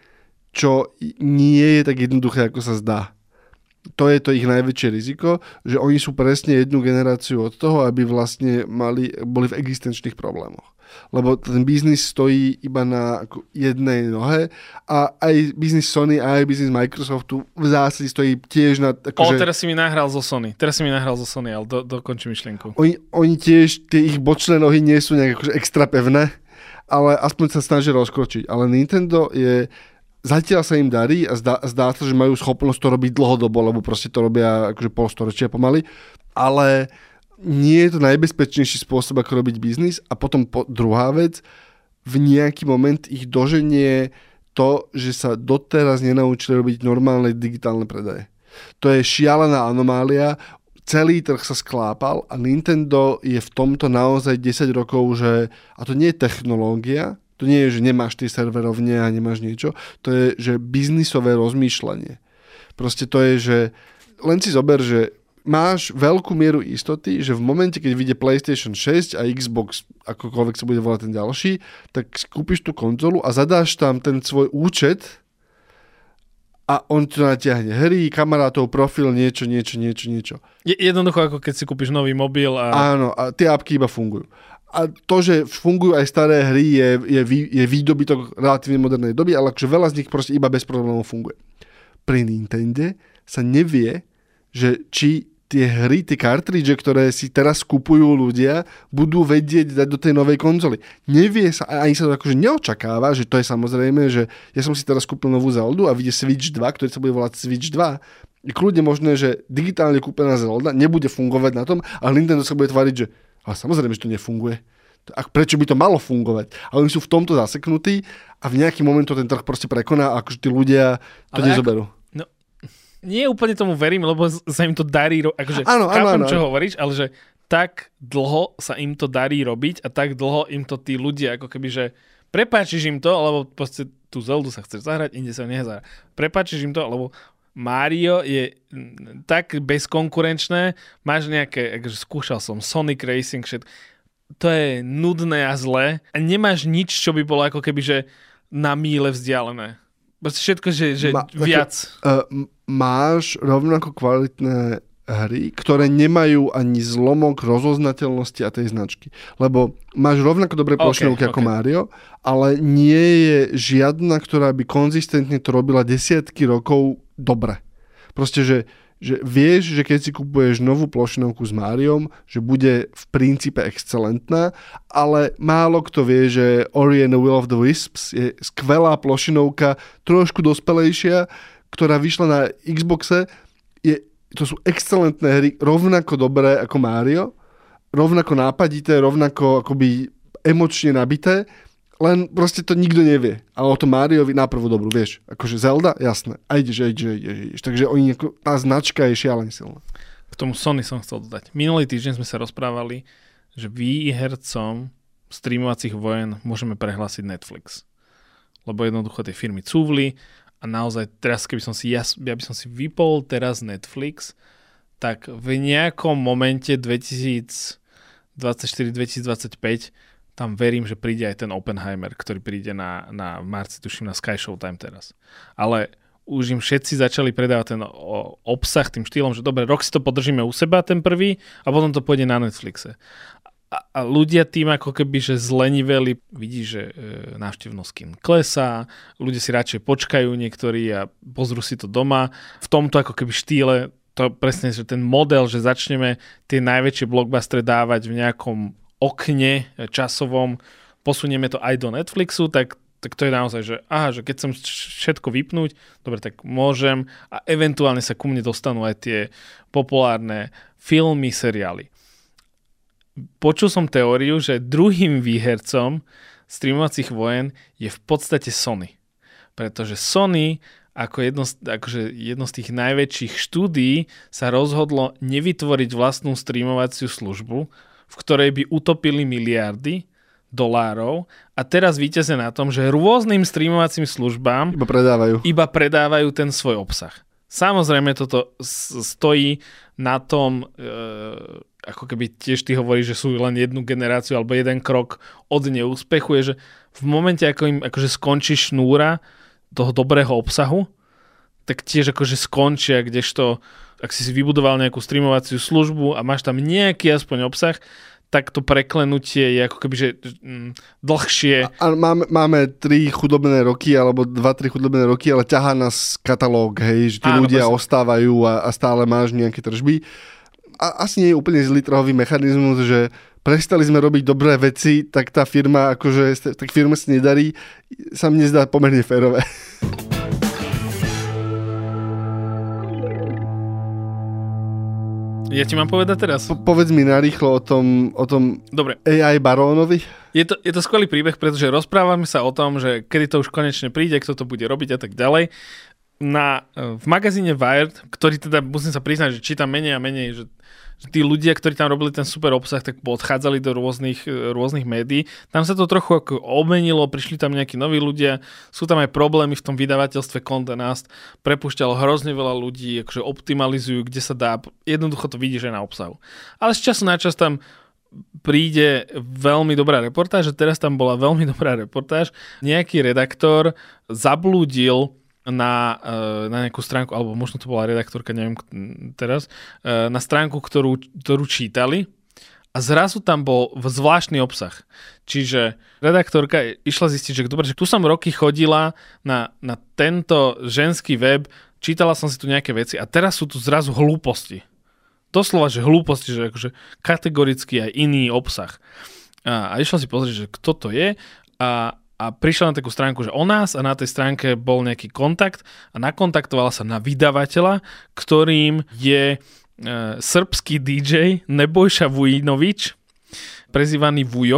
čo nie je tak jednoduché, ako sa zdá. To je to ich najväčšie riziko, že oni sú presne jednu generáciu od toho, aby vlastne boli v existenčných problémoch. Lebo ten biznis stojí iba na jednej nohe a aj biznis Sony, aj biznis Microsoftu v zásade stojí tiež na... Teraz si mi nahral zo Sony, ale dokončím myšlienku. Oni tiež, tie ich bočné nohy nie sú nejak akože extra pevné, ale aspoň sa snažia rozkročiť. Ale Nintendo je... Zatiaľ sa im darí a zdá sa, že majú schopnosť to robiť dlhodobo, lebo proste to robia akože polstoročia pomaly, ale nie je to najbezpečnejší spôsob, ako robiť biznis. A potom druhá vec, v nejaký moment ich doženie to, že sa doteraz nenaučili robiť normálne digitálne predaje. To je šialená anomália, celý trh sa sklápal a Nintendo je v tomto naozaj 10 rokov, že, a to nie je technológia, to nie je, že nemáš tie serverovne a nemáš niečo. To je, že biznisové rozmýšľanie. Proste to je, že len si zober, že máš veľkú mieru istoty, že v momente, keď vyjde PlayStation 6 a Xbox, akokoľvek sa bude volať ten ďalší, tak kúpiš tú konzolu a zadáš tam ten svoj účet a on to natiahne. Hry, kamarátov, profil, niečo. Jednoducho, ako keď si kúpiš nový mobil a... Áno, a tie apky iba fungujú. A to, že fungujú aj staré hry, je výdobytok relatívne modernej doby, ale akože veľa z nich proste iba bez problémov funguje. Pri Nintende sa nevie, že či tie hry, tie kartridže, ktoré si teraz kupujú ľudia, budú vedieť dať do tej novej konzoly. Nevie sa, ani sa to akože neočakáva, že to je samozrejme, že ja som si teraz kúpil novú Zeldu a vyjde Switch 2, ktorý sa bude volať Switch 2. Je kľudne možné, že digitálne kúpená Zelda nebude fungovať na tom, ale Nintendo sa bude tváriť, že ale samozrejme, že to nefunguje. A prečo by to malo fungovať? Ale oni sú v tomto zaseknutí a v nejaký moment to ten trh proste prekoná a akože tí ľudia to nezoberú. Nie úplne tomu verím, lebo sa im to darí akože áno, čo hovoríš, ale že tak dlho sa im to darí robiť a tak dlho im to tí ľudia ako keby, že prepáčiš im to, lebo proste tú Zeldu sa chceš zahrať, inde sa nezahrať. Prepáčiš im to, lebo Mario je tak bezkonkurenčné, máš nejaké, akože skúšal som Sonic Racing, to je nudné a zlé a nemáš nič, čo by bolo ako keby, že na míle vzdialené. Proste všetko, že viac. Máš rovnako kvalitné hry, ktoré nemajú ani zlomok rozoznateľnosti a tej značky. Lebo máš rovnako dobré plošinovky ako Mario, ale nie je žiadna, ktorá by konzistentne to robila desiatky rokov dobre. Proste, že vieš, že keď si kupuješ novú plošinovku s Máriom, že bude v princípe excelentná, ale málo kto vie, že Ori and the Will of the Wisps je skvelá plošinovka, trošku dospelejšia, ktorá vyšla na Xboxe. To sú excelentné hry, rovnako dobré ako Mario, rovnako nápadité, rovnako akoby emočne nabité, len proste to nikto nevie. Ale o tom Mariovi na prvú dobrú, vieš. Akože Zelda, jasné. A ideš. Takže tá značka je šialeň silná. K tomu Sony som chcel dodať. Minulý týždeň sme sa rozprávali, že výhercom streamovacích vojen môžeme prehlásiť Netflix. Lebo jednoducho tie firmy cúvli a naozaj teraz, keby som si ja by som si vypol teraz Netflix, tak v nejakom momente 2024-2025 tam verím, že príde aj ten Oppenheimer, ktorý príde na marci, tuším, na Sky Showtime teraz. Ale už im všetci začali predávať ten obsah tým štýlom, že dobre, rok si to podržíme u seba, ten prvý, a potom to pôjde na Netflixe. A ľudia tým ako keby, že zleniveli, vidí, že návštevnosť kín klesá, ľudia si radšej počkajú niektorí a pozrú si to doma. V tomto ako keby štýle, to presne, že ten model, že začneme tie najväčšie blockbustery dávať v nejakom okne časovom, posunieme to aj do Netflixu, tak to je naozaj, že že keď chcem všetko vypnúť, dobre, tak môžem a eventuálne sa ku mne dostanú aj tie populárne filmy, seriály. Počul som teóriu, že druhým výhercom streamovacích vojen je v podstate Sony. Pretože Sony ako jedno z tých najväčších štúdií sa rozhodlo nevytvoriť vlastnú streamovaciu službu, v ktorej by utopili miliardy dolárov a teraz víťazia na tom, že rôznym streamovacím službám iba predávajú ten svoj obsah. Samozrejme toto stojí na tom, ako keby tiež ty hovoríš, že sú len jednu generáciu alebo jeden krok od neúspechu, je, že v momente, ako im akože skončí šnúra toho dobrého obsahu, tak tiež akože skončia, kdežto ak si vybudoval nejakú streamovaciu službu a máš tam nejaký aspoň obsah, tak to preklenutie je ako keby, že dlhšie. A máme 3 chudobné roky, alebo 2-3 chudobné roky, ale ťahá nás katalóg, hej, že tí ľudia ostávajú a stále máš nejaké tržby. A asi nie je úplne zlý trhový mechanizmus, že prestali sme robiť dobré veci, tak tá firma, akože tak firme si nedarí, sa mne zdá pomerne férové. Ja ti mám povedať teraz? Povedz mi narýchlo o tom Dobre. AI barónovi. Je to skvelý príbeh, pretože rozprávame sa o tom, že kedy to už konečne príde, kto to bude robiť a tak ďalej. V magazíne Wired, ktorý teda, musím sa priznať, že čítam menej a menej, že tí ľudia, ktorí tam robili ten super obsah, tak odchádzali do rôznych médií. Tam sa to trochu ako obmenilo, prišli tam nejakí noví ľudia, sú tam aj problémy v tom vydavateľstve Condé Nast, prepúšťalo hrozne veľa ľudí, akože optimalizujú, kde sa dá, jednoducho to vidíš aj na obsahu. Ale z času na čas tam príde veľmi dobrá reportáž, a teraz tam bola veľmi dobrá reportáž. Nejaký redaktor zablúdil na nejakú stránku, alebo možno to bola redaktorka, neviem teraz, na stránku, ktorú čítali a zrazu tam bol zvláštny obsah. Čiže redaktorka išla zistiť, že dobre, že tu som roky chodila na tento ženský web, čítala som si tu nejaké veci a teraz sú tu zrazu hlúposti. doslova, že hlúposti, že akože kategoricky aj iný obsah. A išiel si pozrieť, že kto to je a prišiel na takú stránku, že o nás a na tej stránke bol nejaký kontakt a nakontaktovala sa na vydavateľa, ktorým je srbský DJ Nebojša Vujinovič, prezývaný Vujo.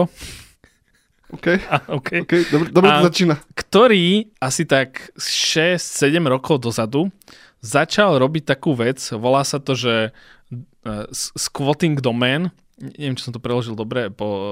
OK, dobre to začína. Ktorý asi tak 6-7 rokov dozadu začal robiť takú vec, volá sa to, že squatting domain, neviem, či som to preložil dobre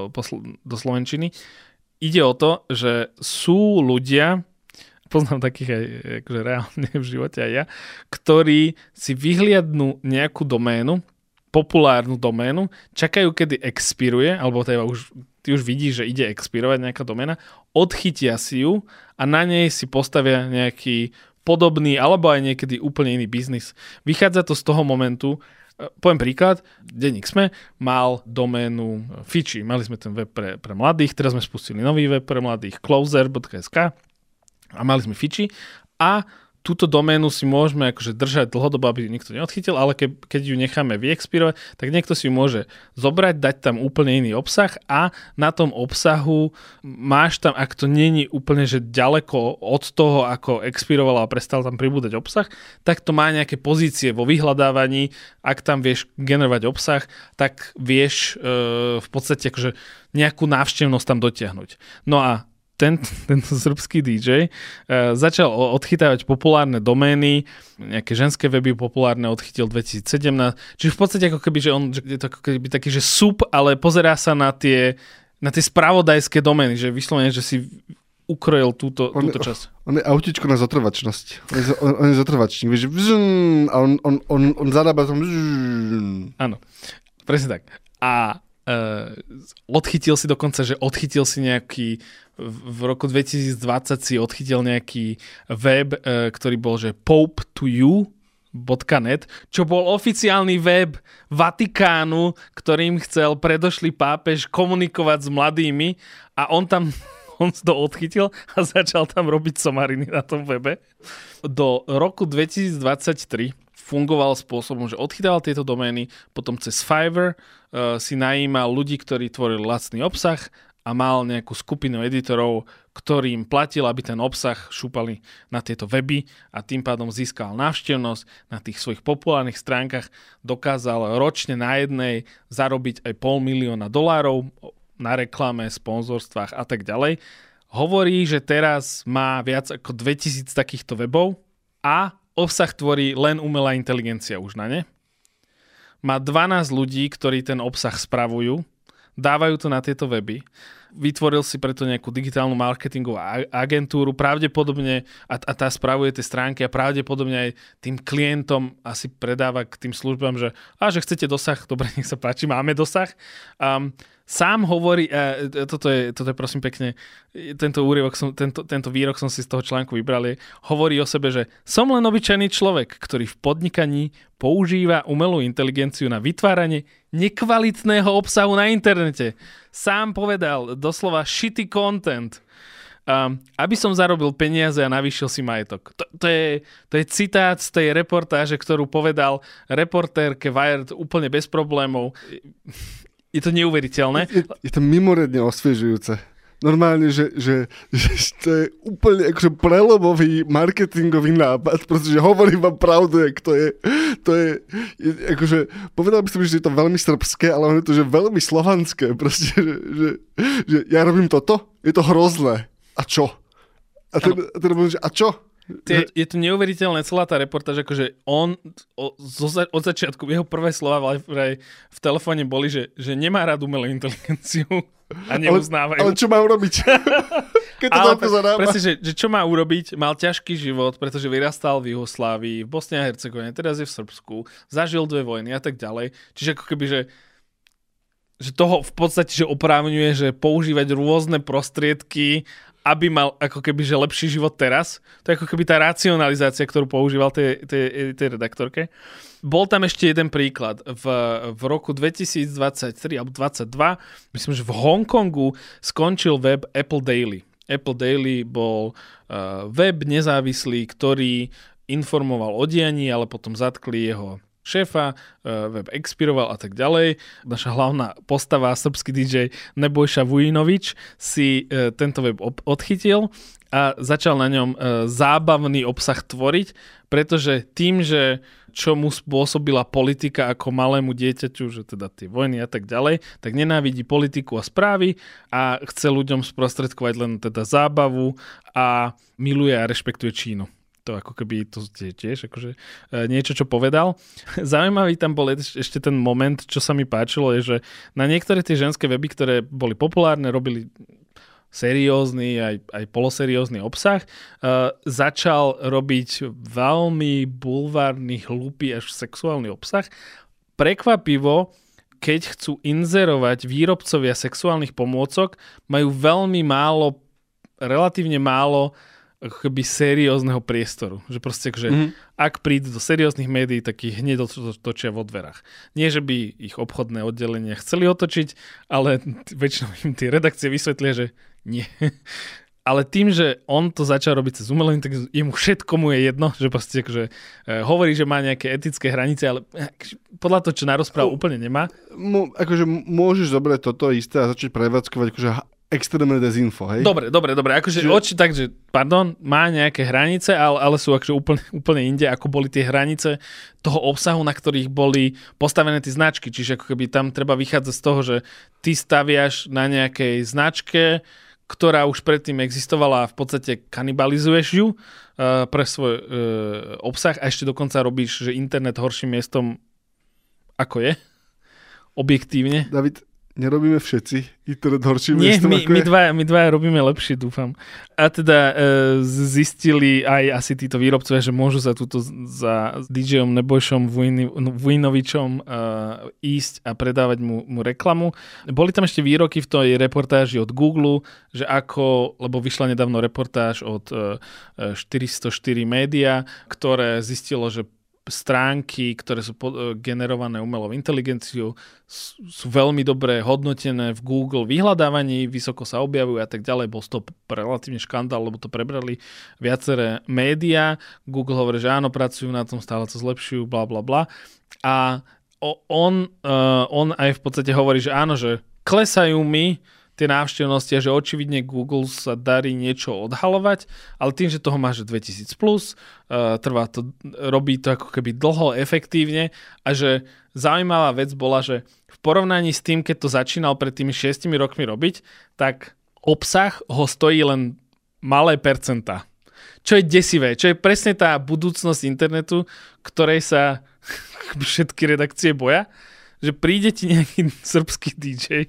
do slovenčiny. Ide o to, že sú ľudia, poznám takých aj akože reálne v živote aj ja, ktorí si vyhliadnú nejakú doménu, populárnu doménu, čakajú, kedy expiruje, alebo ty už vidíš, že ide expirovať nejaká doména, odchytia si ju a na nej si postavia nejaký podobný, alebo aj niekedy úplne iný biznis. Vychádza to z toho momentu, poviem príklad, denník SME mal doménu Fiči. Mali sme ten web pre mladých, teraz sme spustili nový web pre mladých closer.sk a mali sme Fiči a túto doménu si môžeme akože držať dlhodobo, aby ju nikto neodchytil, ale keď ju necháme vyexpirovať, tak niekto si ju môže zobrať, dať tam úplne iný obsah a na tom obsahu máš tam, ak to není úplne že ďaleko od toho, ako expirovala a prestal tam pribúdať obsah, tak to má nejaké pozície vo vyhľadávaní. Ak tam vieš generovať obsah, tak vieš v podstate akože nejakú návštevnosť tam dotiahnuť. No a tento srbský DJ začal odchytávať populárne domény, nejaké ženské weby populárne odchytil 2017, čiže v podstate ako keby, že on je to ako keby taký, že ale pozerá sa na tie spravodajské domény, že vyslovene, že si ukrojil túto časť. On je autičko na zotrvačnosť. On je zotrvačník, vieš, a on zarába tom. Áno, presne tak. A odchytil si dokonca, že odchytil si nejaký v roku 2020 si odchytil nejaký web, ktorý bol, že pope2you.net, čo bol oficiálny web Vatikánu, ktorým chcel predošlý pápež komunikovať s mladými a on to odchytil a začal tam robiť somariny na tom webe. Do roku 2023 fungoval spôsobom, že odchytával tieto domény, potom cez Fiverr si najímal ľudí, ktorí tvorili lacný obsah a mal nejakú skupinu editorov, ktorým platil, aby ten obsah šúpali na tieto weby a tým pádom získal návštevnosť na tých svojich populárnych stránkach, dokázal ročne na jednej zarobiť aj $500,000 na reklame, sponzorstvách a tak ďalej. Hovorí, že teraz má viac ako 2000 takýchto webov a obsah tvorí len umelá inteligencia už na ne. Má 12 ľudí, ktorí ten obsah spravujú, dávajú to na tieto weby. Vytvoril si preto nejakú digitálnu marketingovú agentúru, pravdepodobne a tá spravuje tie stránky a pravdepodobne aj tým klientom asi predáva k tým službám, že chcete dosah, dobre, nech sa páči, máme dosah. Sám hovorí, toto je prosím pekne, tento výrok som si z toho článku vybral, hovorí o sebe, že som len obyčajný človek, ktorý v podnikaní používa umelú inteligenciu na vytváranie nekvalitného obsahu na internete. Sám povedal doslova shitty content, aby som zarobil peniaze a navýšil si majetok. To je citát z tej reportáže, ktorú povedal reportérke Wired úplne bez problémov. Je to neuveriteľné. Je to mimoriadne osviežujúce. Normálne, že to je úplne akože prelomový marketingový nápad, pretože hovorím vám pravdu, jak to je akože, povedal by som, že je to veľmi srbské, ale on je to, že veľmi slovanské, proste, že ja robím toto, je to hrozné. A čo? A teda poviem, že a čo? Je to neuveriteľné, celá tá reportáž, akože on od začiatku, jeho prvé slova v telefóne boli, že nemá rád umelú inteligenciu a neuznávajú. Ale čo má urobiť? Keď to toľko zarába. Presne, že čo má urobiť? Mal ťažký život, pretože vyrastal v Juhoslávii, v Bosne a Hercegovine, teraz je v Srbsku, zažil 2 vojny a tak ďalej. Čiže ako keby, že toho v podstate, že oprávňuje, že používať rôzne prostriedky, aby mal ako keby, že lepší život teraz. To je ako keby tá racionalizácia, ktorú používal tej redaktorke. Bol tam ešte jeden príklad. V roku 2023 alebo 2022, myslím, že v Hongkongu skončil web Apple Daily. Apple Daily bol web nezávislý, ktorý informoval o dianí, ale potom zatkli jeho šéfa, web expiroval a tak ďalej. Naša hlavná postava, srbský DJ Nebojša Vujinovič si tento web odchytil a začal na ňom zábavný obsah tvoriť, pretože tým, že čo mu spôsobila politika ako malému dieťaťu, že teda tie vojny a tak ďalej, tak nenávidí politiku a správy a chce ľuďom sprostredkovať len teda zábavu a miluje a rešpektuje Čínu. To ako keby to tiež akože niečo, čo povedal. Zaujímavý tam bol ešte ten moment, čo sa mi páčilo, je, že na niektoré tie ženské weby, ktoré boli populárne, robili seriózny, aj poloseriózny obsah, začal robiť veľmi bulvárny, hlúpy až sexuálny obsah. Prekvapivo, keď chcú inzerovať výrobcovia sexuálnych pomôcok, majú veľmi málo, relatívne málo ako keby seriózneho priestoru. Že proste, že ak prídu do serióznych médií, tak ich hneď točia vo dverách. Nie, že by ich obchodné oddelenia chceli otočiť, ale väčšinou im tie redakcie vysvetlia, že nie. Ale tým, že on to začal robiť cez umelú inteligenciu, jemu všetko mu je jedno, že proste akože, hovorí, že má nejaké etické hranice, ale podľa toho, čo narozpráva, úplne nemá. Akože môžeš zobrať toto isté a začať prevádzkovať akože extrémne dezinfo, hej? Dobre. Akože takže, má nejaké hranice, ale sú akože úplne inde, ako boli tie hranice toho obsahu, na ktorých boli postavené tie značky. Čiže ako keby tam treba vychádzať z toho, že ty staviaš na nejakej značke, ktorá už predtým existovala a v podstate kanibalizuješ ju pre svoj obsah a ešte dokonca robíš, že internet horším miestom ako je? Objektívne. David, nerobíme všetci internet horším Nie, miestom ako my dvaja robíme lepšie, dúfam. A teda zistili aj asi títo výrobcovia, že môžu za DJ-om Nebojšom Vujinovičom ísť a predávať mu reklamu. Boli tam ešte výroky v tej reportáži od Google, že lebo vyšla nedávno reportáž od 404 média, ktoré zistilo, že stránky, ktoré sú generované umelou inteligenciou, sú veľmi dobre hodnotené v Google vyhľadávaní, vysoko sa objavujú a tak ďalej. Bol to relatívne škandál, lebo to prebrali viaceré médiá. Google hovorí, že áno, pracujú na tom, stále to zlepšujú, bla bla bla. A on aj v podstate hovorí, že áno, že klesajú mi tie návštevnosti a že očividne Google sa darí niečo odhalovať, ale tým, že toho má že 2000+, trvá to, robí to ako keby dlho, efektívne a že zaujímavá vec bola, že v porovnaní s tým, keď to začínal pred tými 6 rokmi robiť, tak obsah ho stojí len malé percentá. Čo je desivé, čo je presne tá budúcnosť internetu, ktorej sa všetky redakcie boja, že príde ti nejaký srbský DJ,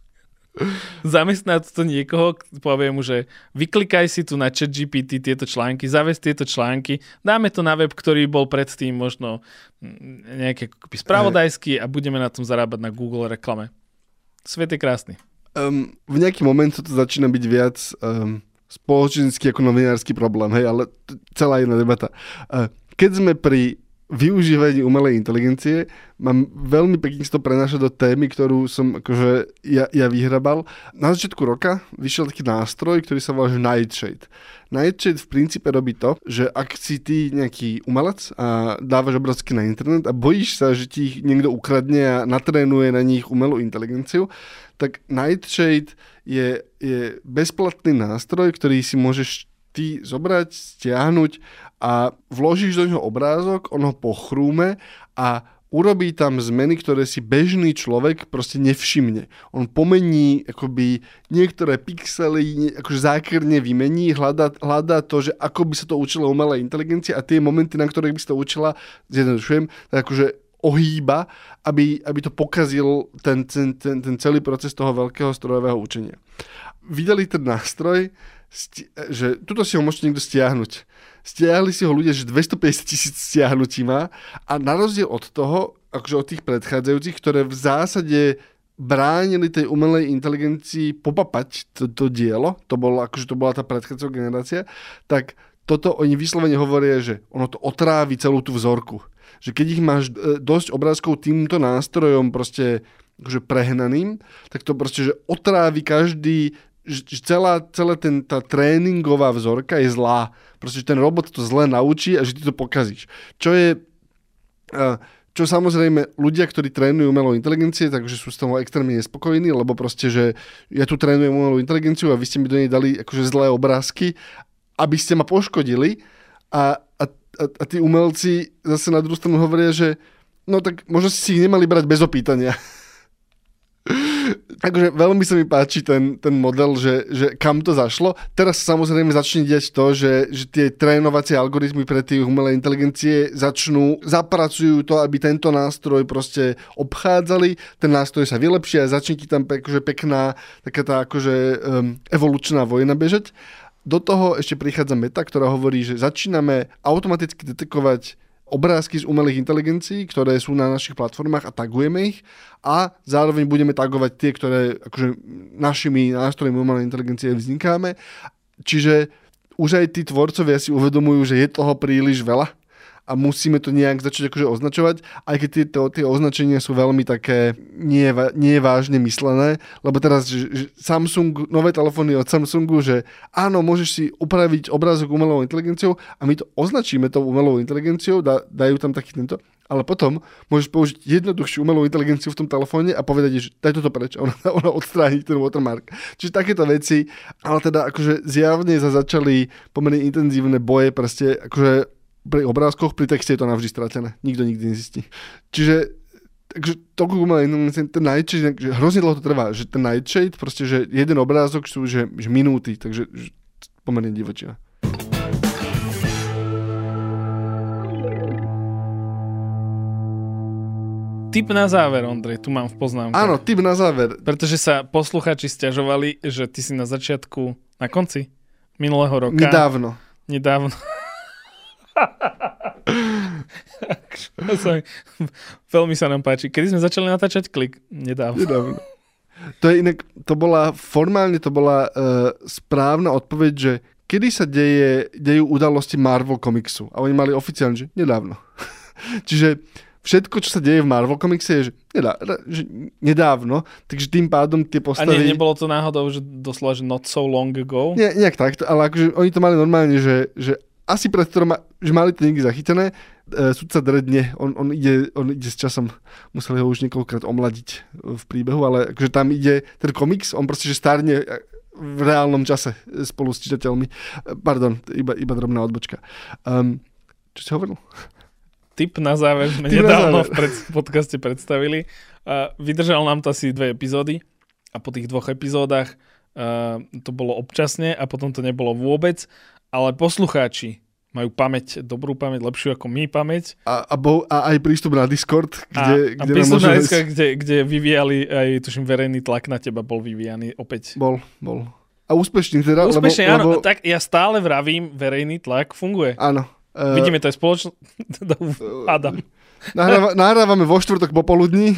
zamestná to niekoho, povie mu, že vyklikaj si tu na ChatGPT tieto články, zaves tieto články, dáme to na web, ktorý bol predtým možno nejaký spravodajský a budeme na tom zarábať na Google reklame. Svet je krásny. V nejaký moment to začína byť viac spoločenský ako novinársky problém, hej, ale celá iná debata. Keď sme pri využívanie umelej inteligencie, mám veľmi pekne to prenášať do témy, ktorú som akože ja vyhrabal. Na začiatku roka vyšiel taký nástroj, ktorý sa volá Nightshade. Nightshade v princípe robí to, že ak si ty nejaký umelec a dávaš obrázky na internet a bojíš sa, že ti ich niekto ukradne a natrénuje na nich umelú inteligenciu, tak Nightshade je bezplatný nástroj, ktorý si môžeš ty zobrať, stiahnuť a vložíš do neho obrázok, on ho pochrúme a urobí tam zmeny, ktoré si bežný človek proste nevšimne. On pomení akoby niektoré pixely, akože zákerne vymení, hľadá to, že ako by sa to učila umelá inteligencia a tie momenty, na ktorých by sa to učila, zjednodušujem, tak akože ohýba, aby to pokazil ten celý proces toho veľkého strojového učenia. Vydali ten nástroj, že tuto si ho môžete niekto stiahnuť. Stiahli si ho ľudia, že 250 000 stiahnutí má a na rozdiel od toho, akože od tých predchádzajúcich, ktoré v zásade bránili tej umelej inteligencii popapať to dielo, to bola tá predchádzajúca generácia, tak toto oni vyslovene hovoria, že ono to otrávi celú tú vzorku. Že keď ich máš dosť obrázkov týmto nástrojom proste akože prehnaným, tak to proste, že otrávi každý, že celá tá tréningová vzorka je zlá. Proste, že ten robot to zle naučí a že ty to pokazíš. Čo Čo samozrejme ľudia, ktorí trénujú umelú inteligencie, takže sú s toho extrémne nespokojní, lebo proste, že ja tu trénujem umelú inteligenciu a vy ste mi do nej dali akože zlé obrázky, aby ste ma poškodili a tí umelci zase na druhú stranu hovoria, že no tak možno si ich nemali brať bez opýtania. Takže veľmi sa mi páči ten model, že kam to zašlo. Teraz samozrejme začne diať to, že tie trénovacie algoritmy pre tie umelé inteligencie zapracujú to, aby tento nástroj proste obchádzali. Ten nástroj sa vylepší a začne ti tam akože pekná taká tá akože evolučná vojna bežať. Do toho ešte prichádza Meta, ktorá hovorí, že začíname automaticky detekovať obrázky z umelých inteligencií, ktoré sú na našich platformách a tagujeme ich a zároveň budeme tagovať tie, ktoré akože našimi nástrojmi umelej inteligencie vznikáme. Čiže už aj tí tvorcovia si uvedomujú, že je toho príliš veľa a musíme to nejak začať akože označovať, aj keď tie označenia sú veľmi také nie vážne myslené, lebo teraz že Samsung, nové telefóny od Samsungu, že áno, môžeš si upraviť obrázok umelou inteligenciou a my to označíme tou umelou inteligenciou, dajú tam taký tento, ale potom môžeš použiť jednoduchšiu umelú inteligenciu v tom telefóne a povedať, že daj toto preč, ona odstráni ten watermark. Čiže takéto veci, ale teda akože zjavne začali pomerne intenzívne boje proste akože pri obrázkoch, pri texte je to navždy stratené. Nikto nikdy nezistí. Čiže takže toľko ten nightshade, že hrozne dlho to trvá, že ten nightshade, proste, že jeden obrázok sú že minúty, takže pomerne divočina. Tip na záver, Ondrej, tu mám v poznámke. Áno, tip na záver. Pretože sa poslucháči sťažovali, že ty si na začiatku, na konci minulého roka. Nedávno. Veľmi sa nám páči. Kedy sme začali natáčať Klik? Nedávno. To je inak, to bola správna odpoveď, že kedy sa dejú udalosti Marvel Comicsu. A oni mali oficiálne, že nedávno. Čiže všetko, čo sa deje v Marvel Comicse je, že nedávno, takže tým pádom tie postavy... A nebolo to náhodou, že doslova, že not so long ago? Nie, nejak takto, ale akože oni to mali normálne, že asi pred ktorom, že mali to niekde zachytené, sudca Dredd nie, on ide s časom, museli ho už niekoľkrát omladiť v príbehu, ale akože tam ide ten komiks, on proste, že starne v reálnom čase spolu s čitateľmi. Pardon, iba drobná odbočka. Čo si hovoril? Tip na záver sme nedávno v podcaste predstavili. Vydržal nám to asi 2 epizódy a po tých 2 epizódach to bolo občasne a potom to nebolo vôbec. Ale poslucháči majú dobrú pamäť, lepšiu ako my pamäť. A aj prístup na Discord, kde prístup na Discord, kde vyvíjali aj, tuším, verejný tlak na teba bol vyvíjaný opäť. Bol. A úspešný teda. Úspešne, áno. Tak ja stále vravím, verejný tlak funguje. Áno. Vidíme, to je spoločné. Adam. Nahrávame vo štvrtok popoludní.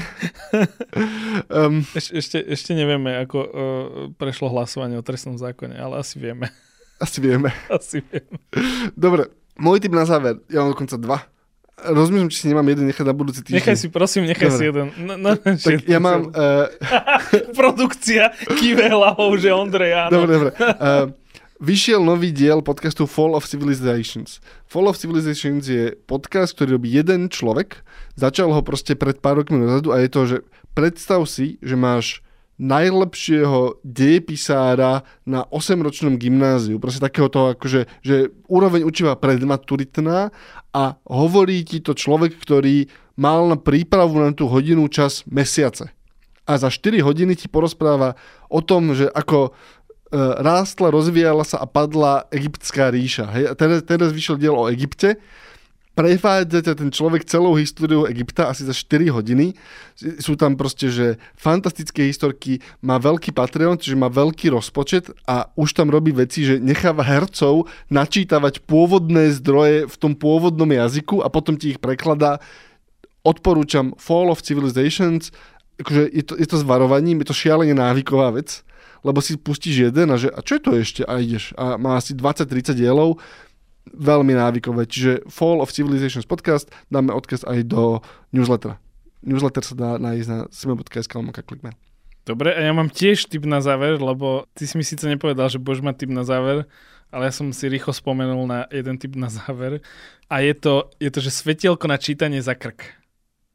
Ešte nevieme, ako prešlo hlasovanie o trestnom zákone, ale asi vieme. Asi vieme. Dobre, môj tip na záver. Ja mám dokonca 2. Rozmýšľam, či si nemám jeden nechať na budúci týždeň. Nechaj si jeden. Tak ja mám... Produkcia kýve hlavou, že Ondrej, áno. Dobre. Vyšiel nový diel podcastu Fall of Civilizations. Fall of Civilizations je podcast, ktorý robí jeden človek. Začal ho proste pred pár rokmi dozadu a je to, že predstav si, že máš najlepšieho dejepisára na 8-ročnom gymnáziu. Proste takého toho, akože, že úroveň učiva predmaturitná a hovorí ti to človek, ktorý mal na prípravu na tú hodinu čas mesiace. A za 4 hodiny ti porozpráva o tom, že ako rástla, rozvíjala sa a padla egyptská ríša. Hej? A teraz vyšiel diel o Egypte. Prechádza ten človek celou históriou Egypta asi za 4 hodiny. Sú tam proste, že fantastické historky, má veľký Patreon, čiže má veľký rozpočet a už tam robí veci, že necháva hercov načítavať pôvodné zdroje v tom pôvodnom jazyku a potom ti ich prekladá. Odporúčam Fall of Civilizations. Akože je to s varovaním, je to šialene návyková vec, lebo si pustíš jeden a že a čo je to ešte? A ideš. A má asi 20-30 dielov. Veľmi návykové. Čiže Fall of Civilizations podcast, dáme odkaz aj do newslettera. Newsletter sa dá nájsť na sime.sk/klikme. Dobre, a ja mám tiež tip na záver, lebo ty si mi síce nepovedal, že budeš mať tip na záver, ale ja som si rýchlo spomenul na jeden tip na záver. A je to že svetielko na čítanie za krk.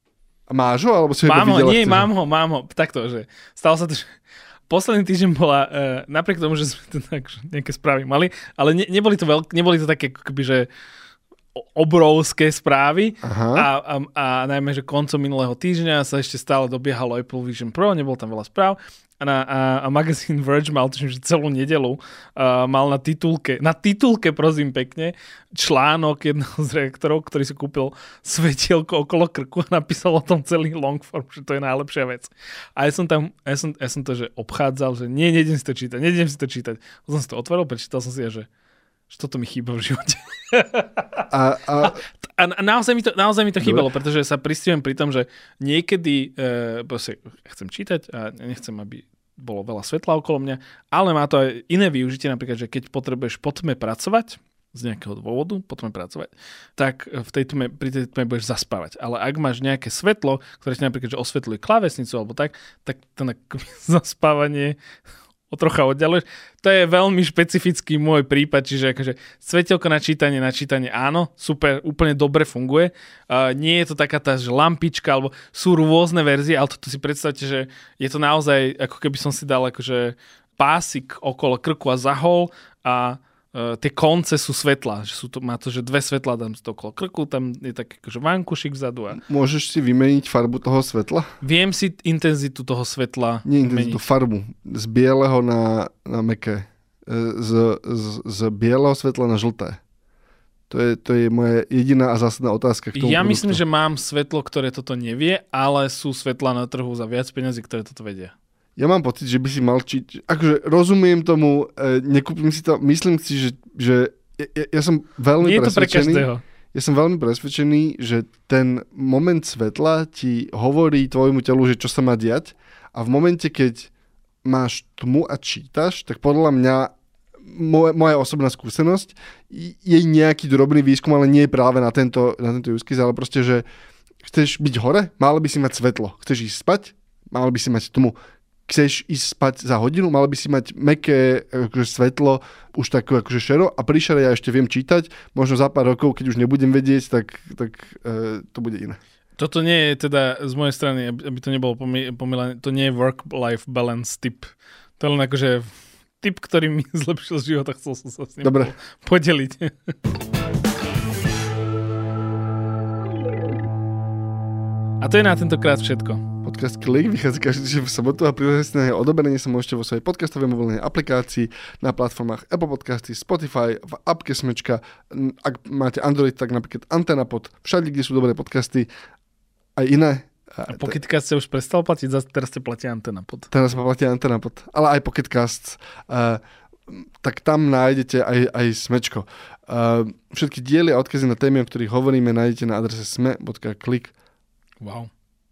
Máš ho, alebo si ho mám ho, videla? nie, mám ho. Takto, že stalo sa to, že posledný týždeň bola, napriek tomu, že sme to nejaké správy mali, ale neboli to také, akoby, že obrovské správy a najmä, že koncom minulého týždňa sa ešte stále dobiehalo Apple Vision Pro, nebolo tam veľa správ a magazín Verge mal, tuším, že celú nedelu mal na titulke, prosím pekne, článok jedného z redaktorov, ktorý si kúpil svetielko okolo krku a napísal o tom celý long form, že to je najlepšia vec. A ja som to, že obchádzal, že nejdem si to čítať. Som si to otvoril, prečítal som si že toto mi chýba v živote. A naozaj mi to chýbalo, pretože sa pristihujem pri tom, že niekedy chcem čítať a nechcem, aby bolo veľa svetla okolo mňa, ale má to aj iné využitie, napríklad, že keď potrebuješ po tme pracovať, z nejakého dôvodu, potom pracovať, tak pri tej tme budeš zaspávať. Ale ak máš nejaké svetlo, ktoré ti napríklad že osvetľuje klávesnicu alebo tak to zaspávanie trocha oddialuješ. To je veľmi špecifický môj prípad, čiže akože svetelko na čítanie áno, super, úplne dobre funguje. Nie je to taká tá že lampička, alebo sú rôzne verzie, ale to si predstavte, že je to naozaj, ako keby som si dal akože pásik okolo krku a zahol a tie konce sú svetla, že má to, že dve svetla tam z toho okolo krku, tam je taký akože vankušik vzadu. Môžeš si vymeniť farbu toho svetla? Viem si intenzitu toho svetla Nie intenzitu, farbu. Z bieleho na mäkké. Z bieleho svetla na žlté. To je moja jediná a zásadná otázka k tomu Ja produktu. myslím, že mám svetlo, ktoré toto nevie, ale sú svetla na trhu za viac peniazy, ktoré toto vedia. Ja mám pocit, že by si mal akože rozumiem tomu, nekúpim si to, myslím si, že ja som veľmi Nie je to pre presvedčený. každého. Ja som veľmi presvedčený, že ten moment svetla ti hovorí tvojmu telu, že čo sa má diať a v momente, keď máš tmu a čítaš, tak podľa mňa moja osobná skúsenosť je nejaký drobný výskum, ale nie práve na tento use case, ale proste, že chceš byť hore, mal by si mať svetlo. Chceš ísť spať, mal by si mať tmu. Chceš ísť spať za hodinu, mal by si mať mäkké akože svetlo, už takové akože šero a pri šere ja ešte viem čítať, možno za pár rokov, keď už nebudem vedieť, tak to bude iné. Toto nie je teda z mojej strany, aby to nebolo pomýlené, to nie je work-life balance tip. To je len akože tip, ktorý mi zlepšil život a chcel som sa s ním podeliť. A to je na tentokrát všetko. Podcast Klik vychádza každý týždeň v sobotu a príležitosť na jeho odoberenie sa môžete vo svojej podcastovej mobilnej aplikácii na platformách Apple Podcasty, Spotify, v appke Smečka. Ak máte Android, tak napríklad AntenaPod, všade, kde sú dobré podcasty, aj iné. A Pocketcast sa už prestal platiť, teraz ste platia AntenaPod. Teraz sa platia AntenaPod, ale aj Pocketcast. Tak tam nájdete aj Smečko. Všetky diely a odkazy na témy, o ktorých hovoríme, nájdete na adrese sme.klik. Wow.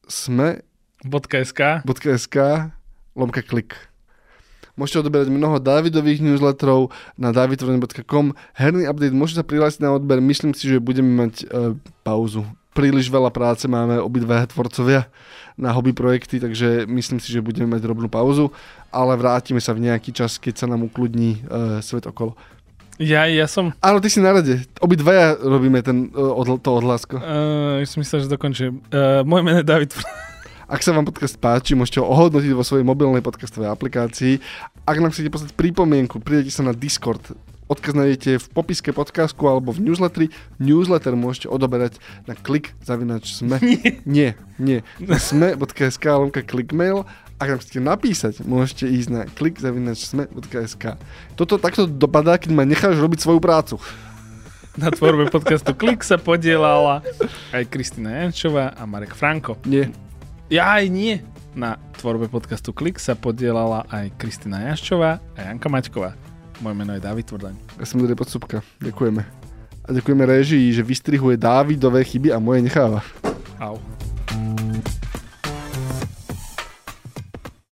sme.sk/klik. Môžete odoberať mnoho Dávidových newsletterov na davidtvrdoň.com. Herný update, môžete sa prihlásiť na odber. Myslím si, že budeme mať pauzu. Príliš veľa práce máme obidva tvorcovia na hobby projekty, takže myslím si, že budeme mať drobnú pauzu, ale vrátime sa v nejaký čas, keď sa nám ukludní svet okolo. Ja som... Áno, ty si na rade. Obidvaja robíme to odhlásko. Ja som myslel, že dokončím. Moje meno je David. Ak sa vám podcast páči, môžete ho ohodnotiť vo svojej mobilnej podcastovej aplikácii. Ak nám chcete poslať pripomienku, prídete sa na Discord. Odkaz nájdete v popiske podcastu alebo v newsletteri. Newsletter môžete odoberať na klik@sme. Nie. sme.sk/klikmail. Ak nám chcete napísať, môžete ísť na klik@sme.sk. Toto takto dopadá, keď ma necháš robiť svoju prácu. Na tvorbe podcastu Klik sa podielala aj Kristina Jančová a Marek Franko. Nie. Ja aj nie. Na tvorbe podcastu Klik sa podielala aj Kristina Jančová a Janka Maťková. Moje meno je Dávid Tvrdoň. Ja som Dori Podsúbka. Ďakujeme. A ďakujeme réžii, že vystrihuje Dávidové chyby a moje necháva. Au.